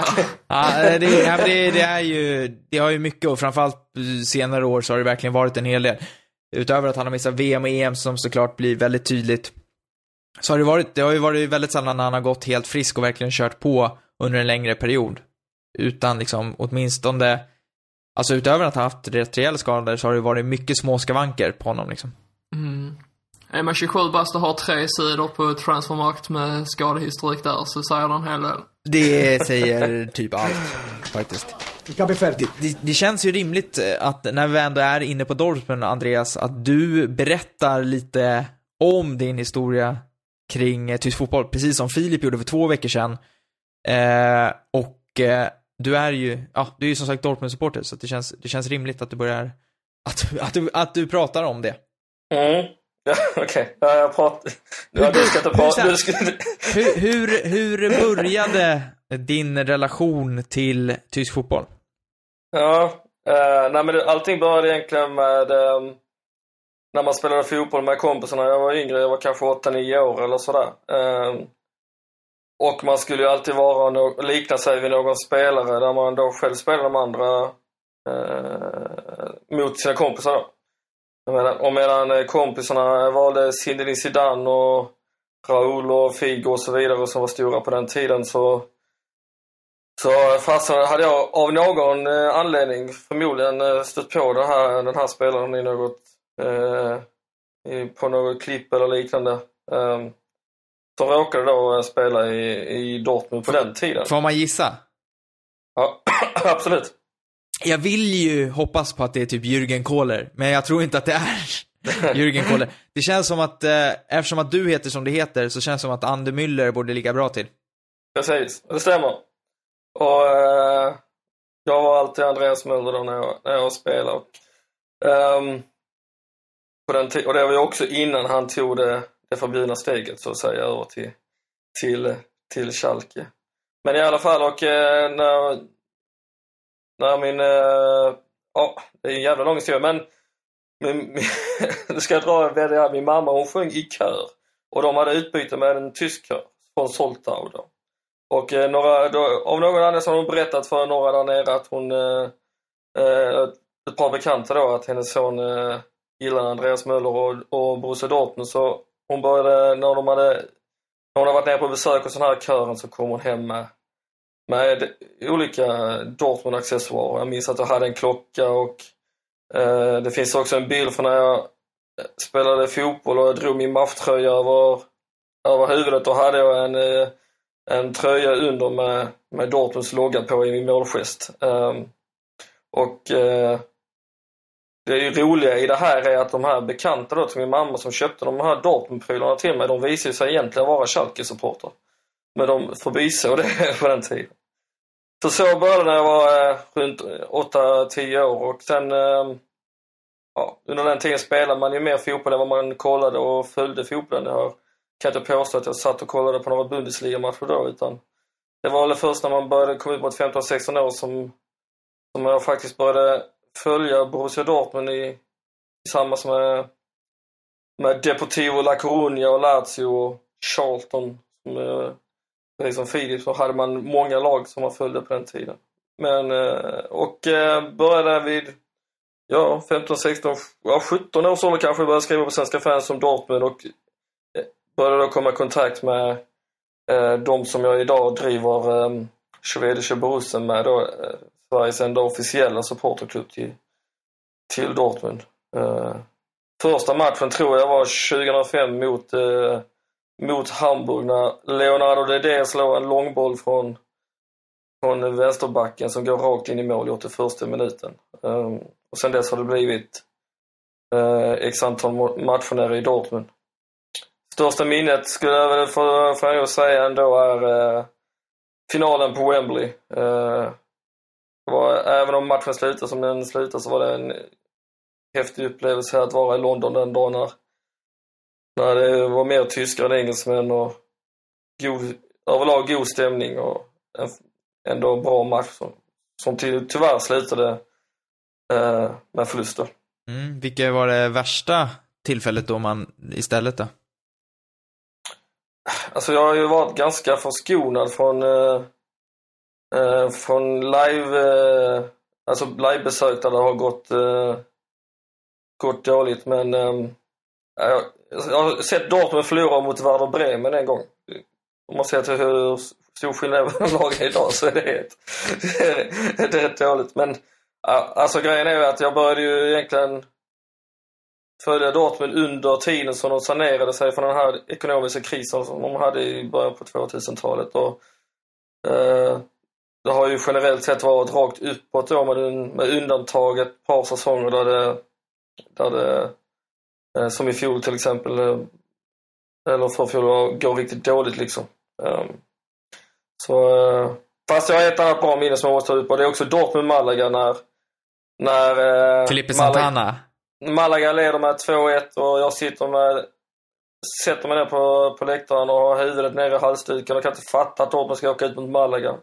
Det har ju mycket, och framförallt senare år så har det verkligen varit en hel del. Utöver att han har missat VM och EM som såklart blir väldigt tydligt, så har det har ju varit väldigt sällan när han har gått helt frisk och verkligen kört på under en längre period. Utan liksom åtminstone, alltså utöver att ha haft rätt rejäla skador, så har det varit mycket små skavanker på honom liksom. Är man 27 bast och har 3 sidor på Transfermarkt med skadehistorik där, så säger den hel del. Det säger typ allt faktiskt. Det känns ju rimligt att när vi ändå är inne på Dortmund, Andreas, att du berättar lite om din historia kring tysk fotboll, precis som Filip gjorde för 2 veckor sedan. Du är ju som sagt Dortmund-supporter, så det känns rimligt att du börjar att du pratar om det. Ja, okej. Ja, jag pratar. Hur började din relation till tysk fotboll? Ja, nej men allting började egentligen med när man spelade fotboll med kompisarna. Jag var yngre, jag var kanske 8-9 år eller sådär. Och man skulle ju alltid likna sig vid någon spelare där man då själv spelade de andra mot sina kompisar då. Och medan kompisarna valde Zinedine Zidane och Raúl och Figo och så vidare som var stora på den tiden, så hade jag av någon anledning förmodligen stött på den här spelaren i något på något klipp eller liknande, som råkade då spela i Dortmund på den tiden. Får man gissa? Ja, absolut. Jag vill ju hoppas på att det är typ Jürgen Kohler, men jag tror inte att det är Jürgen Kohler. Det känns som att eftersom att du heter som det heter, så känns det som att Ander Müller borde ligga bra till. Precis, det stämmer. Och jag var alltid Andreas Müller då när jag spelade. Och, och det var ju också innan han tog det förbjudna steget, så att säga, över till Schalke. Men i alla fall, och när min det är en jävla lång historia, men nu ska jag dra det. Min mamma, hon sjöng i kör, och de hade utbyte med en tysk kör från Soltau då. Och av någon annan så har hon berättat för några där nere att hon ett par bekanta då, att hennes son gillar Andreas Müller och Borussia Dortmund, så hon började, när hon har varit nere på besök hos den här kören, så kom hon hem med olika Dortmund-accessoarer. Jag minns att jag hade en klocka, och det finns också en bild från när jag spelade fotboll och jag drog min matchtröja över huvudet, och hade jag en tröja under med Dortmunds logga på i min målgest. Det är ju roliga i det här är att de här bekanta då till min mamma som köpte de här Dortmund-prylarna till mig, de visar sig egentligen vara Schalke-supporter. Men de förbisåg det på den tiden. Så började när jag var runt 8-10 år, och sen under den tiden spelade man ju mer fotboll än vad man kollade och följde fotbollen. Jag kan inte påstå att jag satt och kollade på några Bundesliga-matcher då, utan det var väl först när man började komma ut mot 15-16 år som jag faktiskt började följa Borussia Dortmund tillsammans med Deportivo La Coruña och Lazio och Charlton. Precis som Filip, så hade man många lag som man följde på den tiden. Men började vid 15, 16, 17 år så kanske började skriva på Svenska fans som Dortmund, och började då komma i kontakt med de som jag idag driver Schwedische Borussen med då, Sveriges enda officiella supporterklubb till Dortmund. Första matchen tror jag var 2005 mot Hamburg, när Leonardo Dedé slår en långboll från vänsterbacken som går rakt in i mål i 81:a minuten. Och sen dess har det blivit x antal matcher nere i Dortmund. Största minnet skulle jag väl för att säga ändå är finalen på Wembley. Även om matchen slutade som den slutade, så var det en häftig upplevelse att vara i London den dagen när det var mer tyskar än engelsmän, och överlag god stämning och ändå en bra match som tyvärr slutade med förluster. Vilket var det värsta tillfället då man istället då? Alltså jag har ju varit ganska förskonad från livebesök där det har gått dåligt, men jag har sett Dortmund förlora mot Werder Bremen en gång. Om man ser till hur stor skillnad lagen idag, så är det rätt dåligt. Men alltså grejen är ju att jag började ju egentligen följa Dortmund under tiden som de sanerade sig från den här ekonomiska krisen som de hade i början på 2000-talet. Och det har ju generellt sett varit rakt uppåt då, med undantag ett par säsonger där det som i fjol till exempel, eller förfjol, går riktigt dåligt liksom. Fast jag har ett annat bra minne som jag måste ta upp, och det är också Dortmund-Malaga när Felipe Santana. Malaga leder med 2-1 och jag sätter mig ner på läktaren och har huvudet nere i halsduken och kan inte fatta att Dortmund ska åka ut mot Malaga.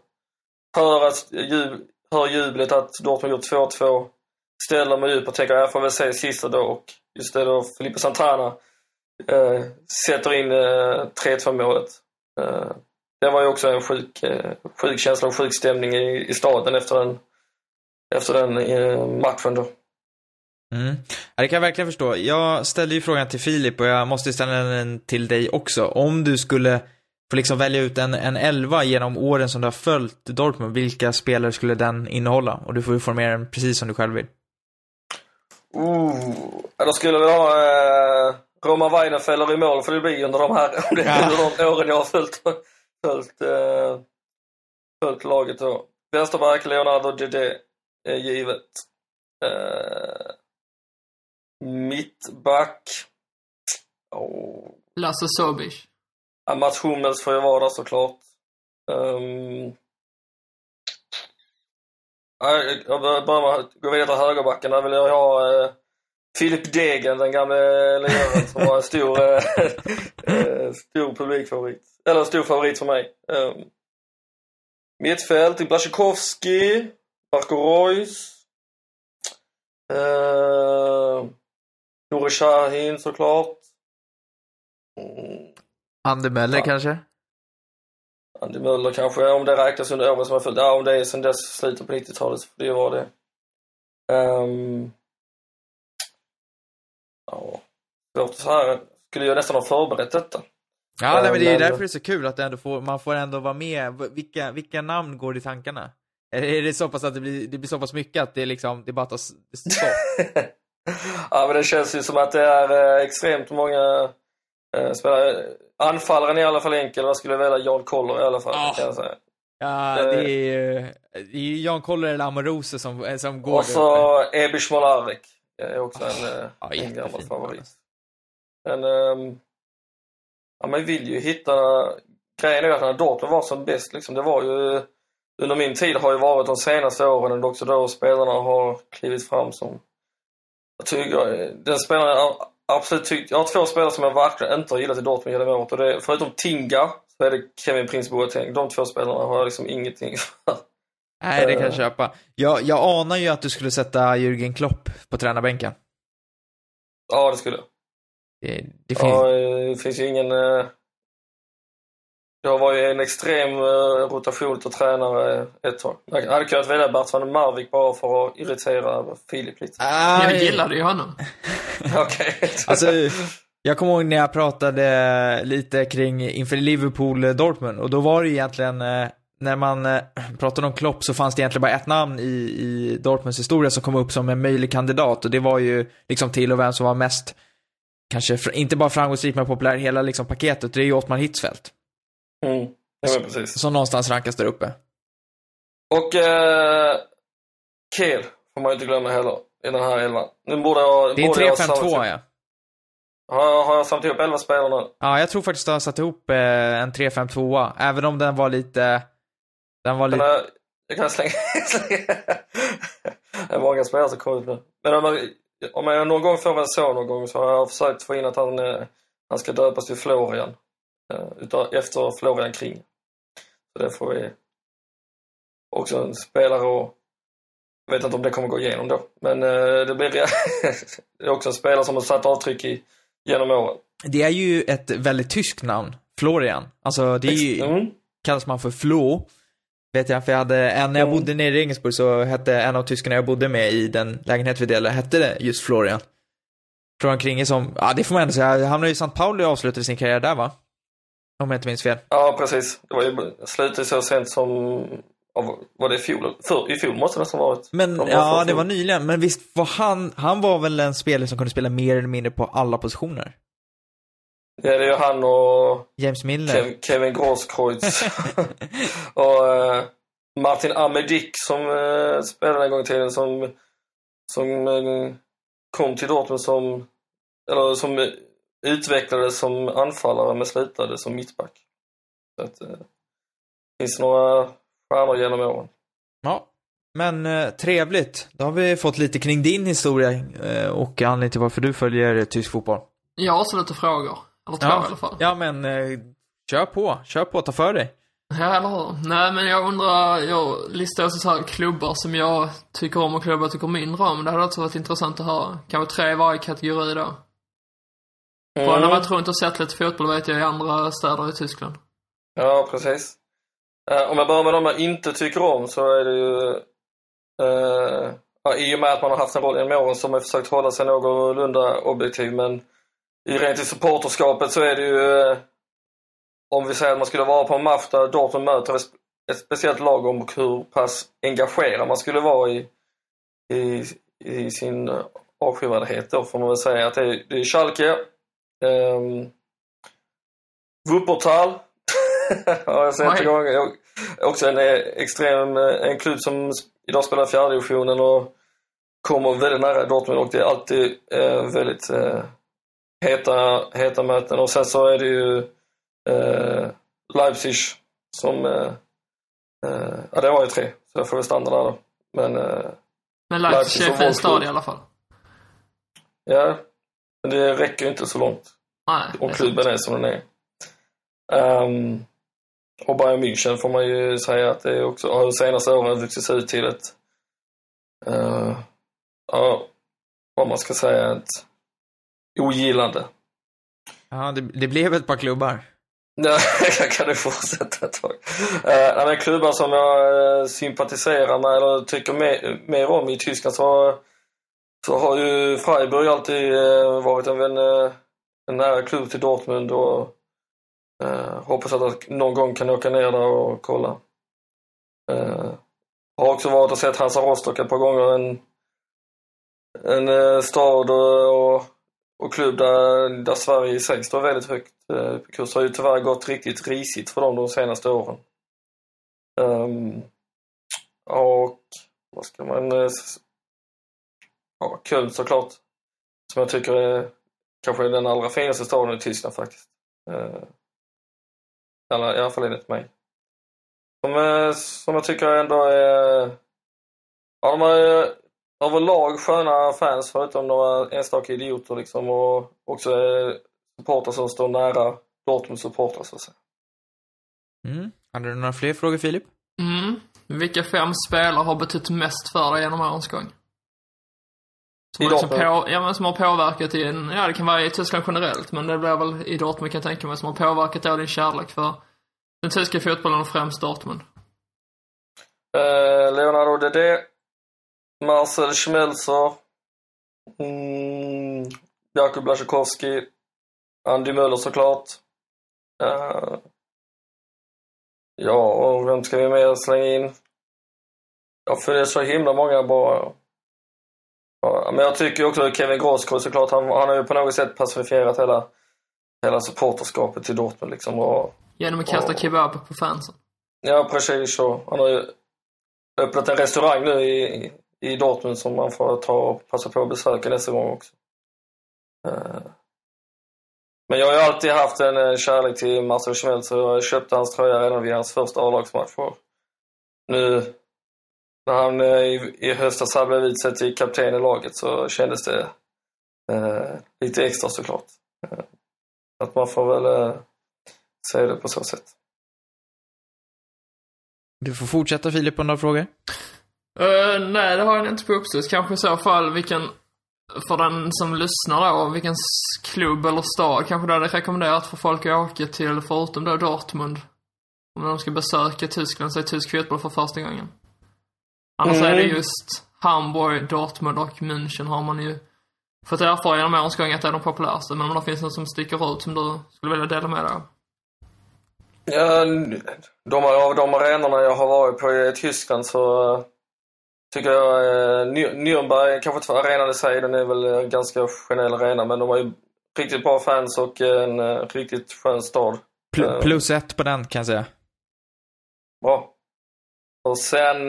Hör jublet att Dortmund gjort 2-2. Ställer mig upp och tänker jag får väl se sista då, och just det då Felipe Santana sätter in 3-2 målet. Det var ju också en sjuk känsla och sjuk stämning i staden efter den matchen då. Det kan jag verkligen förstå. Jag ställde ju frågan till Filip och jag måste ställa den till dig också. Om du skulle få liksom välja ut en 11 genom åren som du har följt Dortmund, vilka spelare skulle den innehålla? Och du får ju formera den precis som du själv vill. Då skulle vi ha Roman Weidenfeller i mål, för det blir under de åren jag har följt laget då. Vänsterback Leonardo Dede är givet. Mittback Lasse Sobisch. Mats Hummels får ju vara där såklart. Jag börjar med att gå vidare till högerbacken. Där vill jag ha Philip Degen, den gamla liraren som var en stor publikfavorit. Eller en stor favorit för mig. Mittfält, Blaszczykowski, Marco Reus, Nuri Sahin såklart. Andy Möller kanske? Andy Möller kanske, om det räknas under åren som har följt. Ja, om det är sen dess slutet på 90-talet, så det var det. Svårt så här. Skulle jag nästan ha förberett detta. Ja, men det är därför det är så kul att man får ändå vara med. Vilka namn går i tankarna? Är det så pass att det blir så pass mycket att det är bara att stopp? Ja, men det känns ju som att det är extremt många spelare. Anfallaren är i alla fall enkel. Vad skulle jag välja? Jan Koller i alla fall, kan jag säga. Ja, det är ju Jan Koller eller Amorose som går. Och så Ebi Smolarek är också en gammal favorit. Men man vill ju hitta. Grejen är att när Dortmund var som bäst liksom, det var ju under min tid har ju varit de senaste åren, och också då spelarna har klivit fram som jag tycker den spelaren absolut tyckt. Jag har två spelare som jag verkligen inte har gillat i Dortmund genom året, och det, förutom Tinga så är det Kevin Prince Boateng. De två spelarna har jag liksom ingenting för. Nej, det kan jag köpa. Jag anar ju att du skulle sätta Jürgen Klopp på tränarbänken. Ja, det skulle det finns ju ingen. Det var ju en extrem rotation av tränare ett tag. Jag hade kunnat välja Bert van Marwijk bara för att irritera Filip lite. Jag gillade ju honom. Okej. Alltså, jag kommer ihåg när jag pratade lite kring inför Liverpool-Dortmund, och då var det egentligen när man pratade om Klopp så fanns det egentligen bara ett namn i Dortmunds historia som kom upp som en möjlig kandidat, och det var ju liksom till och vem som var mest kanske inte bara framgångsrik men populär hela liksom paketet. Det är ju Ottmar Hitzfeldt. Ja, precis. Som någonstans rankas där uppe. Och Kehl får man ju inte glömma heller i den här 11. Nu borde det är 3-5-2, ja. Har jag satt ihop 11 spelarna? Ja, jag tror faktiskt att jag har satt ihop en 3-5-2, även om den var lite. Jag kan slänga. Det är många spelare som kommer ut nu. Men om jag någon gång får en så någon gång, så har jag försökt få in att han ska döpas till Florian. efter Florian Kring. Så det får vi också en spelare, och jag vet inte om det kommer gå igenom då. Men det blir det är också en spelare som har satt avtryck genom åren. Det är ju ett väldigt tyskt namn, Florian. Alltså det är ju, kallas man för Flo. Vet jag, för jag hade när jag bodde nere i Regensburg så hette en av tyskarna jag bodde med i den lägenhet vi delade, hette det just Florian. Florian Kringe som, ja det får man ändå säga, han hamnade i St. Pauli och avslutade sin karriär där, va? Om jag inte minns fel. Ja, precis. Det var ju slutet så sent som, var det i fjol måste det nästan varit. Men ja, det var nyligen. Men visst var han var väl en spelare som kunde spela mer eller mindre på alla positioner. Ja, det är ju han och James Milner, Kevin Grosskreutz och Martin Amedik som spelade en gång i tiden som kom till Dortmund som utvecklades som anfallare men slutade som mittback. Så att finns några stjärnor genom åren. Ja, men trevligt. Då har vi fått lite kring din historia och anledning till varför du följer tysk fotboll. Jag har också lite frågor. Eller två i alla fall. Ja, men kör på, ta för dig. Ja, eller hur? Nej, men jag undrar, jag listar också så här klubbar som jag tycker om och klubbar jag tycker mindre om. Det hade också varit intressant att höra. Kanske 3 i varje kategori då. För när man tror inte har sett lite fotboll vet jag i andra städer i Tyskland. Ja, precis. Om jag börjar med de jag inte tycker om så är det ju i och med att man har haft en roll genom åren som har försökt hålla sig någorlunda objektiv, men rent i supporterskapet så är det ju om vi säger att man skulle vara på en match där Dortmund möter ett speciellt lag, om hur pass engagerad man skulle vara i sin avskyvärdhet, då får man väl säga att det är Schalke, Wuppertal har jag sett igång. Också en klubb som idag spelar 4:e divisionen och kommer väldigt nära Dortmund, och det är alltid väldigt heta möten. Och sen så är det ju Leipzig som det var ju 3, så jag får väl stanna där då. Men Leipzig är en fin stad i alla fall. Ja, men det räcker ju inte så långt. Nej, om klubben är som den är. Och Bayern München får man ju säga att det är också har de senaste åren vuxit ut till ett vad man ska säga, ett ogillande. Ja, det blev ett par klubbar. Nej, jag kan du fortsätta ett tag. Men klubbar som jag sympatiserar med eller tycker mer om i Tyskland, så har ju Freiburg alltid varit en nära klubb till Dortmund, och hoppas att någon gång kan åka ner där och kolla. Har också varit och sett Hansa Rostock ett par gånger, en stad och klubb där Sverige i sig står väldigt högt på kurs. Har ju tyvärr gått riktigt risigt för dem de senaste åren. Och vad ska man Köln såklart, som jag tycker är kanske den allra finaste staden i Tyskland faktiskt. Eller i alla fall enligt mig. Som jag tycker ändå är de har överlag sköna fans, förutom några enstaka idioter liksom, och också supportrar som står nära Dortmund supportrar så att säga. Hade du några fler frågor, Filip? Vilka 5 spelare har betytt mest för dig genom årens gång? Som har påverkat det kan vara i Tyskland generellt, men det blir väl i Dortmund kan jag tänka mig, som har påverkat din kärlek för den tyska fotbollen och främst Dortmund. Leonardo Dede, Marcel Schmelzer, Jakub Blaszczykowski, Andy Möller såklart. Och vem ska vi mer slänga in? För det är så himla många bra. Men jag tycker också att Kevin Grosskreutz såklart, han har ju på något sätt personifierat hela supporterskapet till Dortmund liksom. Genom att kasta kebab på fansen. Ja, precis så. Han har ju öppnat en restaurang nu i Dortmund som man får ta och passa på att besöka nästa gång också. Men jag har ju alltid haft en kärlek till Marcel Schmelzer, så jag köpte hans tröja redan vid hans första A-lagsmatch. Nu när han i höstas hade blivit utsedd till kapten i laget, så kändes det lite extra såklart. Att man får väl se det på så sätt. Du får fortsätta, Filip, på några frågor. Nej, det har jag inte på uppsats. Kanske i så fall för den som lyssnar då, vilken klubb eller stad kanske det är rekommenderat för folk att åka till, förutom då Dortmund. Om de ska besöka Tyskland, så är tysk fotboll för första gången. Annars är det just Hamburg, Dortmund och München har man ju fått erfara genom årens gång att det är de populäraste. Men om det finns något som sticker ut som du skulle vilja dela med dig av? Ja, av de arenorna jag har varit på i Tyskland så tycker jag Nürnberg, kanske inte för arenan i sig, den är väl en ganska generell arena, men de har ju riktigt bra fans och en riktigt skön stad. Plus 1 på den, kan jag säga. Bra. Och sen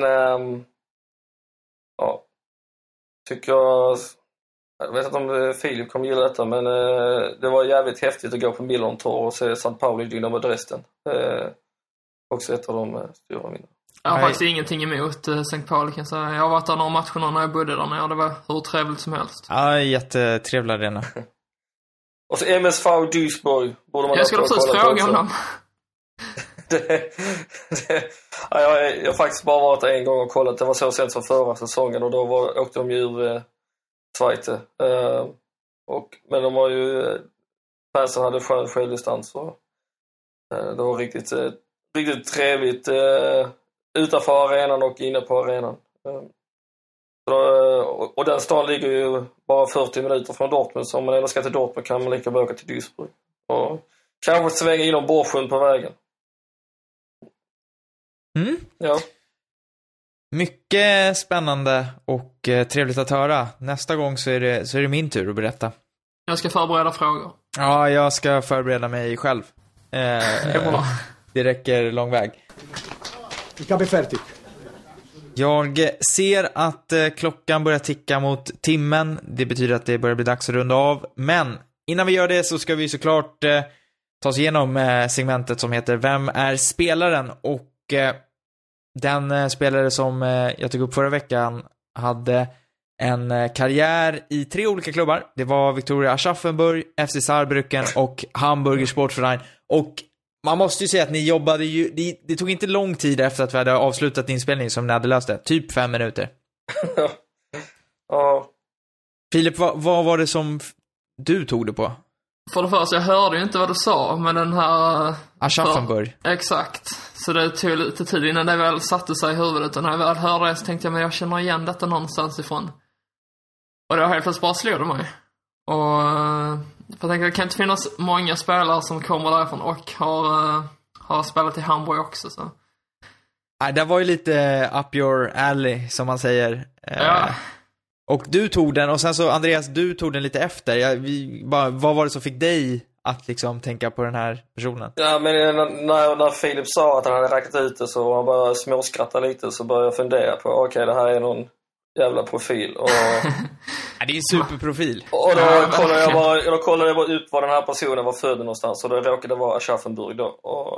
tycker jag vet inte om Filip kommer gilla detta, men det var jävligt häftigt att gå på Millontor och se St. Pauli Dynamo Dresden. Också ett av de stora minnen. Jag har faktiskt ingenting emot St. Pauli, kan jag säga. Jag har varit där några matcher när jag bodde där nere. Det var hur trevligt som helst. Ja, jättetrevlig arena. Och så MSV Duisburg. Jag skulle precis fråga om dem. Jag har faktiskt bara varit en gång och kollat. Det var så sent som förra säsongen och då åkte de ju ur Zweite. Men de var ju fansen hade skön självdistans och det var riktigt trevligt utanför arenan och inne på arenan. Och den stan ligger ju bara 40 minuter från Dortmund, så om man ändå ska till Dortmund kan man lika bra åka till Duisburg. Och kanske svänga inom Borsjön på vägen. Ja. Mycket spännande och trevligt att höra. Nästa gång så är det min tur att berätta. Jag ska förbereda frågor. Ja, jag ska förbereda mig själv. Det räcker lång väg. Vi ska bli färdigt. Jag ser att klockan börjar ticka mot timmen. Det betyder att det börjar bli dags att runda av. Men innan vi gör det så ska vi såklart ta oss igenom segmentet som heter Vem är spelaren? Och den spelare som jag tog upp förra veckan hade en karriär i 3 olika klubbar. Det var Viktoria Aschaffenburg, FC Saarbrücken och Hamburger Sportverein. Och man måste ju säga att ni jobbade ju... Det tog inte lång tid efter att vi hade avslutat inspelningen som ni hade löst det. Typ 5 minuter. Ja. Filip, vad var det som du tog det på? För det första, jag hörde ju inte vad du sa med den här... Aschaffenburg. Exakt. Så det tog lite tid innan det väl satte sig i huvudet. Och när jag väl hörde det så tänkte jag, men jag känner igen detta någonstans ifrån. Och det helt plötsligt bara slog det mig. Och jag tänkte, det kan inte finnas många spelare som kommer därifrån och har spelat i Hamburg också. Så. Nej, det var ju lite up your alley, som man säger. Ja. Och du tog den, och sen så Andreas, du tog den lite efter. Vad var det som fick dig att liksom tänka på den här personen? Ja, men när Filip sa att han hade räknat ut det så han bara småskratta lite, så började jag fundera på okej, det här är någon jävla profil. Och... det är en superprofil. Och då kollade jag bara ut var den här personen var född någonstans, och då råkade det vara Aschaffenburg då. Och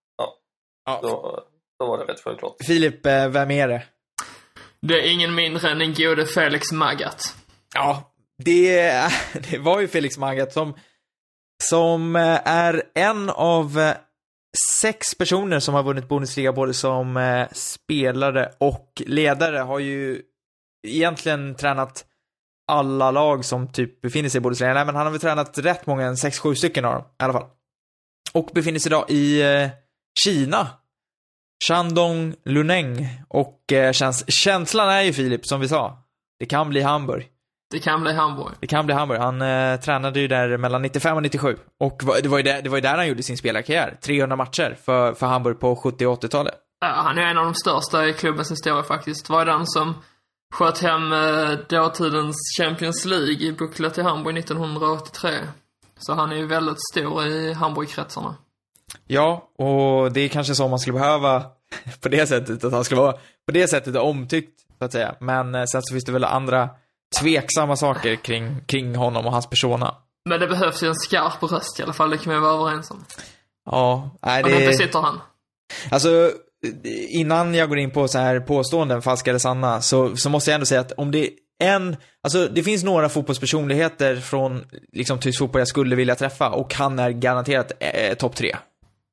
då var det rätt självklart. Filip, vem är det? Det är ingen mindre än den gode Felix Magath. Ja, det var ju Felix Magath som är en av 6 personer som har vunnit Bundesliga både som spelare och ledare. Har ju egentligen tränat alla lag som typ befinner sig i Bundesliga. Nej, men han har väl tränat rätt många, 6-7 stycken av dem i alla fall. Och befinner sig idag i Kina. Shandong Luneng. Och känslan är ju, Filip, som vi sa, det kan bli Hamburg. Det kan bli Hamburg. Han tränade ju där mellan 95 och 97. Och det var ju där han gjorde sin spelarkarriär. 300 matcher för Hamburg på 70- och 80-talet. Ja, han är en av de största i klubbens historia faktiskt. Var den som sköt hem dåtidens Champions League i bucklet i Hamburg 1983. Så han är ju väldigt stor i Hamburg-kretsarna. Ja, och det är kanske så man skulle behöva på det sättet, att han skulle vara på det sättet omtyckt, så att säga. Men sen så finns det väl andra tveksamma saker kring honom och hans persona. Men det behövs ju en skarp röst i alla fall, det kan vi vara överens om. Ja, och den besitter han. Alltså, innan jag går in på så här påståenden, falska eller sanna, så måste jag ändå säga att om det är alltså det finns några fotbollspersonligheter från liksom tysk fotboll jag skulle vilja träffa, och han är garanterat topp 3.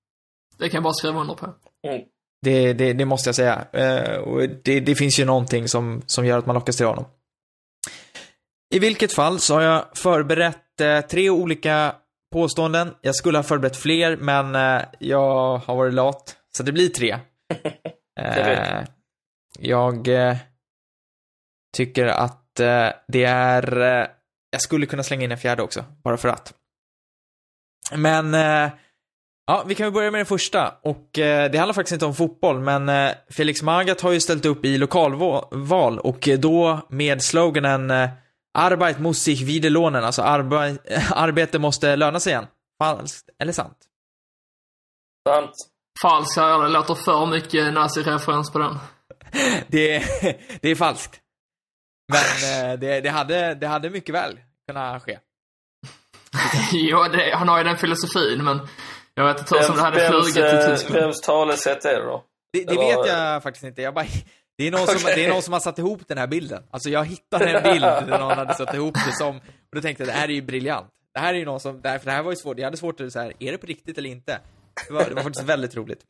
Det kan jag bara skriva under på. Det måste jag säga. Och det finns ju någonting som gör att man lockas till honom. I vilket fall så har jag förberett 3 olika påståenden. Jag skulle ha förberett fler, men jag har varit lat. Så det blir 3. Jag tycker att det är... jag skulle kunna slänga in en 4:e också, bara för att. Men ja, vi kan väl börja med den första. Och det handlar faktiskt inte om fotboll, men Felix Magath har ju ställt upp i lokalval, och då med sloganen Arbeit muss sich wieder lohnen, alltså arbete måste löna sig igen. Falskt eller sant? Sant. Falskt, det låter för mycket nazi-referens på den. Det är falskt. Men det hade mycket väl kunnat ske. Jo, han har ju den filosofin, men jag vet inte som det hade flugit till Tyskland. Vems talesätt är det då? Det vet jag faktiskt inte. Det är någon som har satt ihop den här bilden. Alltså jag hittade en bild där någon hade satt ihop det som... Och då tänkte jag, det här är ju briljant. Det här är ju någon som... För det här var ju svårt. Jag hade svårt att säga, är det på riktigt eller inte? Det var faktiskt väldigt roligt.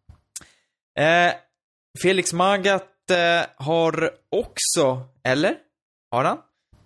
Felix Magath har också... Eller? Har han?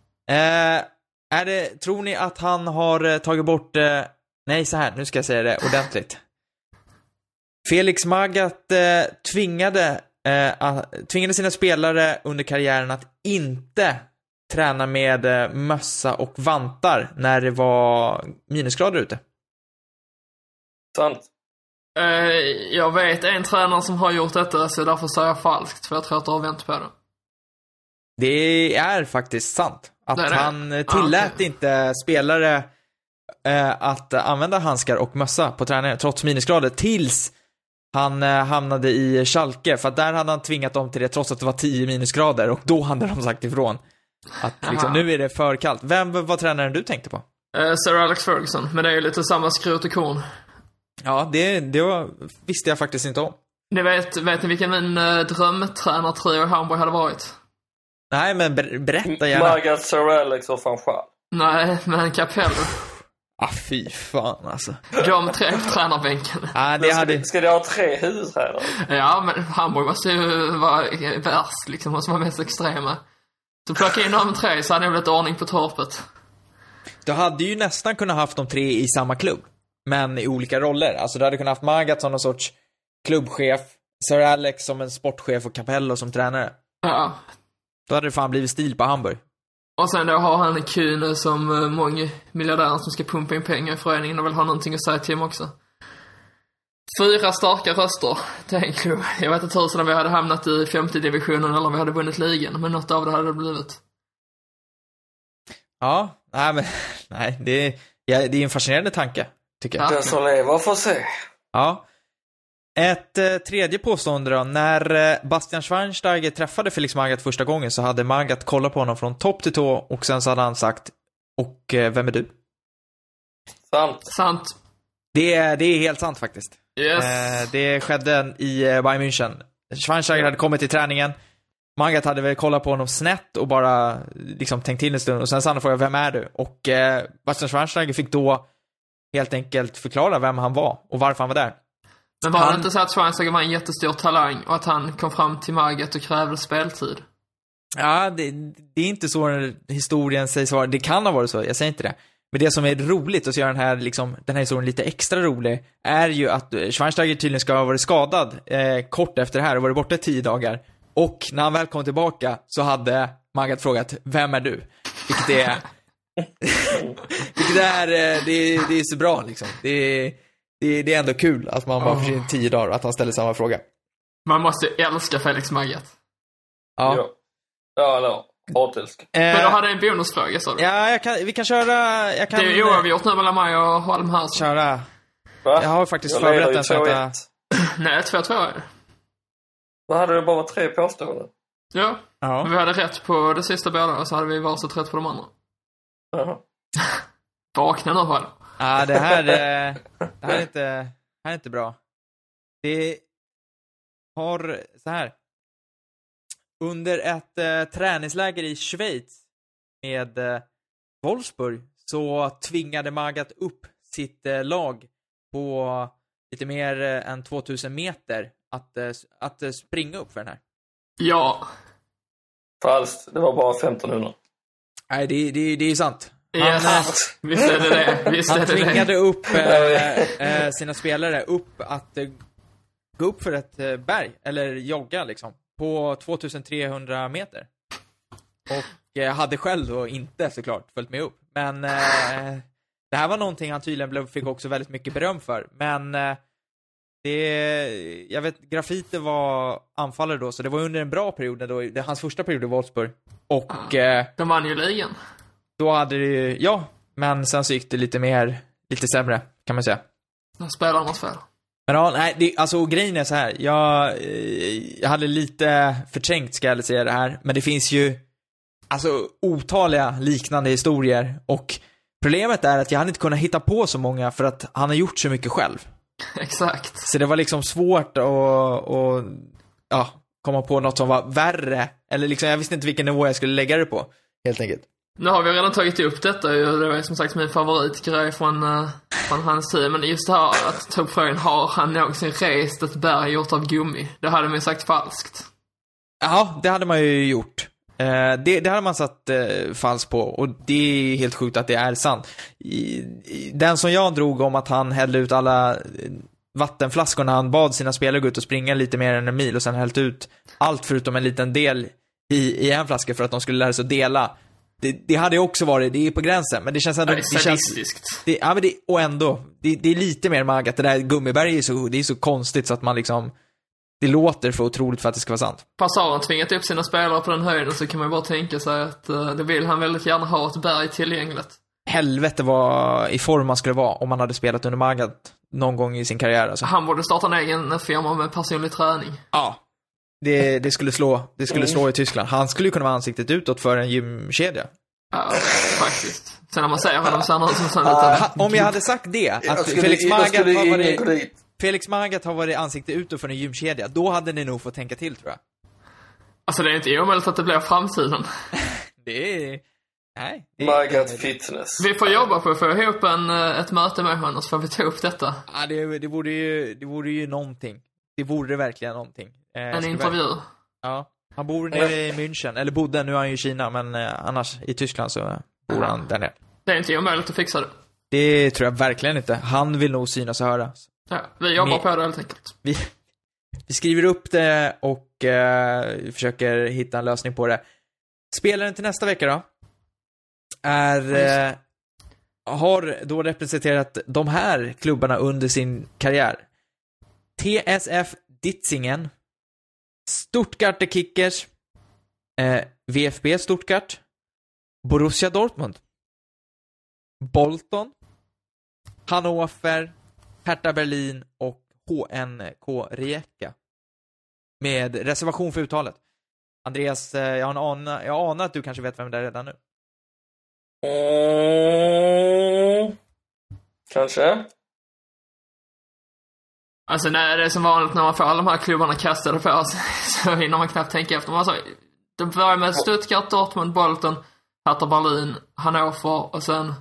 Tror ni att han har tagit bort... nej, så här. Nu ska jag säga det ordentligt. Felix Magath tvingade sina spelare under karriären att inte träna med mössa och vantar när det var minusgrader ute. Sant. Jag vet en tränare som har gjort detta, så därför säger jag falskt, för jag tror att du har vänt på det. Det är faktiskt sant. Att han tillät inte spelare att använda handskar och mössa på träningen trots minusgrader, tills han hamnade i Schalke, för att där hade han tvingat dem till det trots att det var 10 minusgrader, och då hade de sagt ifrån att liksom, nu är det för kallt. Vem var tränaren du tänkte på? Sir Alex Ferguson, men det är ju lite samma skrot och korn. Ja, visste jag faktiskt inte om. Ni vet ni vilken min drömtränartrio i Hamburg hade varit? Nej, men berätta gärna. Magath, Sir Alex och Van Schaal. Nej, men Capello. Fy fan alltså. De 3 på tränarbänken. Ska det ha 3 huvudtränare? Ja, men Hamburg måste ju vara värst, liksom, måste vara mest extrema. Så plocka in de 3 så hade det blivit ordning på torpet. Du hade ju nästan kunnat haft de 3 i samma klubb, men i olika roller. Alltså du hade kunnat haft Magath som någon sorts klubbchef, Sir Alex som en sportchef och Capello som tränare. Ja. Då hade det fan blivit stil på Hamburg. Och sen då har han en Kühne som många miljardärer som ska pumpa in pengar i föreningen och vill ha någonting att säga till om också. 4 starka röster till en klubb. Jag vet inte hur så vi hade hamnat i 5:e divisionen eller om vi hade vunnit ligan, men något av det hade det blivit. Ja, det är en fascinerande tanke, tycker jag. Den som lever får se. Ja. Ett tredje påstående då. När Bastian Schweinsteiger träffade Felix Magath första gången så hade Magath kollat på honom från topp till tå, och sen så hade han sagt, och vem är du? Sant. Det är helt sant faktiskt. Yes. Det skedde i Bayern München. Schweinsteiger hade kommit till träningen. Magath hade väl kollat på honom snett och bara liksom tänkt till en stund, och sen så han frågade, vem är du? Och Bastian Schweinsteiger fick då helt enkelt förklara vem han var och varför han var där. Men var det inte så att Schweinsteiger var en jättestor talang och att han kom fram till Magath och krävde speltid? Ja, det är inte så historien sägs vara. Det kan ha varit så, jag säger inte det. Men det som är roligt att göra den här historien lite extra rolig är ju att Schweinsteiger tydligen ska ha varit skadad kort efter det här och varit borta 10 dagar. Och när han väl kom tillbaka så hade Magath frågat, vem är du? Vilket det är så bra liksom. Det är ändå kul att man bara försvinner 10 dagar och att han ställer samma fråga. Man måste älska Felix Magath. Ja. Hatälska. Men då hade jag en bonusfråga, sa du? Ja, vi kan köra... Det är ju oavgjort nu mellan mig och Holm här. Köra. Va? Jag har faktiskt förberett en sån. Nej, 2 tror jag. Vad hade det bara varit 3 påståenden? Ja. Men vi hade rätt på det sista båda, och så hade vi varsitt rätt på de andra. Jaha. Vakna nu, Holm. Ja, det här är inte bra. Det har så här. Under ett träningsläger i Schweiz med Wolfsburg så tvingade Magath upp sitt lag på lite mer än 2000 meter att springa upp för den här. Ja. Falskt, det var bara 1500. Nej, det är sant. Visst är det. Han tvingade upp sina spelare upp att gå upp för ett berg, eller jogga liksom, på 2300 meter. Och hade själv då inte såklart följt med upp. Men det här var någonting han tydligen fick också väldigt mycket beröm för. Men jag vet, Graffiti var anfallare då, så det var under en bra period då, det är hans första period i Wolfsburg. Och de vann ju ligan. Då hade det ja, men sen så gick det lite sämre, kan man säga. De spelarnas fel. Men ja, nej, alltså grejen är så här. Jag hade lite förträngt, ska jag säga det här. Men det finns ju alltså otaliga liknande historier. Och problemet är att jag hade inte kunnat hitta på så många för att han har gjort så mycket själv. Exakt. Så det var liksom svårt att komma på något som var värre. Eller liksom, jag visste inte vilken nivå jag skulle lägga det på, helt enkelt. Nu har vi redan tagit upp detta. Det var som sagt min favoritgrej från hans tid. Men just det här att ta upp frågan, har han någonsin rest ett berg gjort av gummi? Det hade man ju sagt falskt. Ja, det hade man ju gjort. Det hade man satt falskt på. Och det är helt sjukt att det är sant. Den som jag drog om att han hällde ut alla vattenflaskor när han bad sina spelare gå ut och springa lite mer än en mil och sen hällt ut allt förutom en liten del i en flaska för att de skulle lära sig att dela. Det hade ju också varit, det är på gränsen, men det känns ändå, det är sadistiskt. Och ändå det är lite mer magat. Det där gummiberg är så konstigt så att man liksom, det låter för otroligt för att det ska vara sant. Passar han tvingat upp sina spelare på den höjden, så kan man bara tänka sig att det vill han väldigt gärna ha ett berg tillgängligt. Helvete vad i form man skulle vara om man hade spelat under Magat någon gång i sin karriär alltså. Han borde starta en egen firma med personlig träning. Ja. Det skulle slå i Tyskland. Han skulle ju kunna vara ansiktet utåt för en gymkedja. Ja, faktiskt. Sen när man säger honom så han om jag hade sagt det, att Felix Magath har varit ansiktet utåt för en gymkedja, då hade ni nog fått tänka till, tror jag. Alltså det är inte omöjligt att det blir framtiden. Magath Fitness. Vi får jobba på att få ihop ett möte med honom, så får vi ta upp detta. Ja, det vore ju någonting. Det vore verkligen någonting. En intervju. Ja, han bor nere i München. Eller bodde, nu är han ju i Kina. Men annars i Tyskland så bor han där nere. Det är inte omöjligt att fixa det. Det tror jag verkligen inte. Han vill nog synas och höras. Ja, vi jobbar på det helt enkelt. Vi skriver upp det och försöker hitta en lösning på det. Spelaren till nästa vecka då har då representerat de här klubbarna under sin karriär. TSF Ditzingen, Stuttgarter Kickers, VfB Stuttgart, Borussia Dortmund, Bolton, Hannover, Hertha Berlin och HNK Rijeka. Med reservation för uttalet. Andreas, jag anar att du kanske vet vem det är redan nu. Kanske. Alltså nej, det är som vanligt när man får alla de här klubbarna kastade på sig, så hinner man knappt tänka efter. Alltså, det börjar med Stuttgart, Dortmund, Bolton, Hertha Berlin, Hannover och sen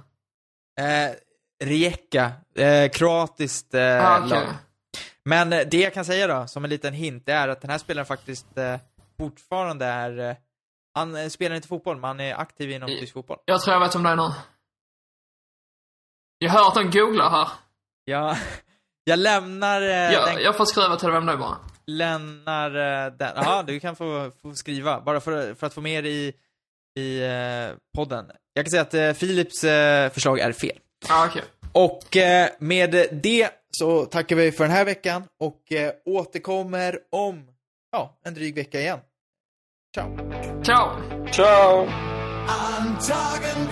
Rijeka, kroatiskt lag. Men det jag kan säga då, som en liten hint, är att den här spelaren faktiskt fortfarande är han spelar inte fotboll, men han är aktiv inom tysk fotboll. Jag tror jag vet om det är nu. Jag hör att de googlar här. Ja, jag lämnar jag får skriva till vem det är bara. Lämnar den. Ja, du kan få skriva bara för att få med i podden. Jag kan säga att Philips förslag är fel. Okej. Och med det så tackar vi för den här veckan och återkommer om en dryg vecka igen. Ciao. Ciao. Ciao. I'm talking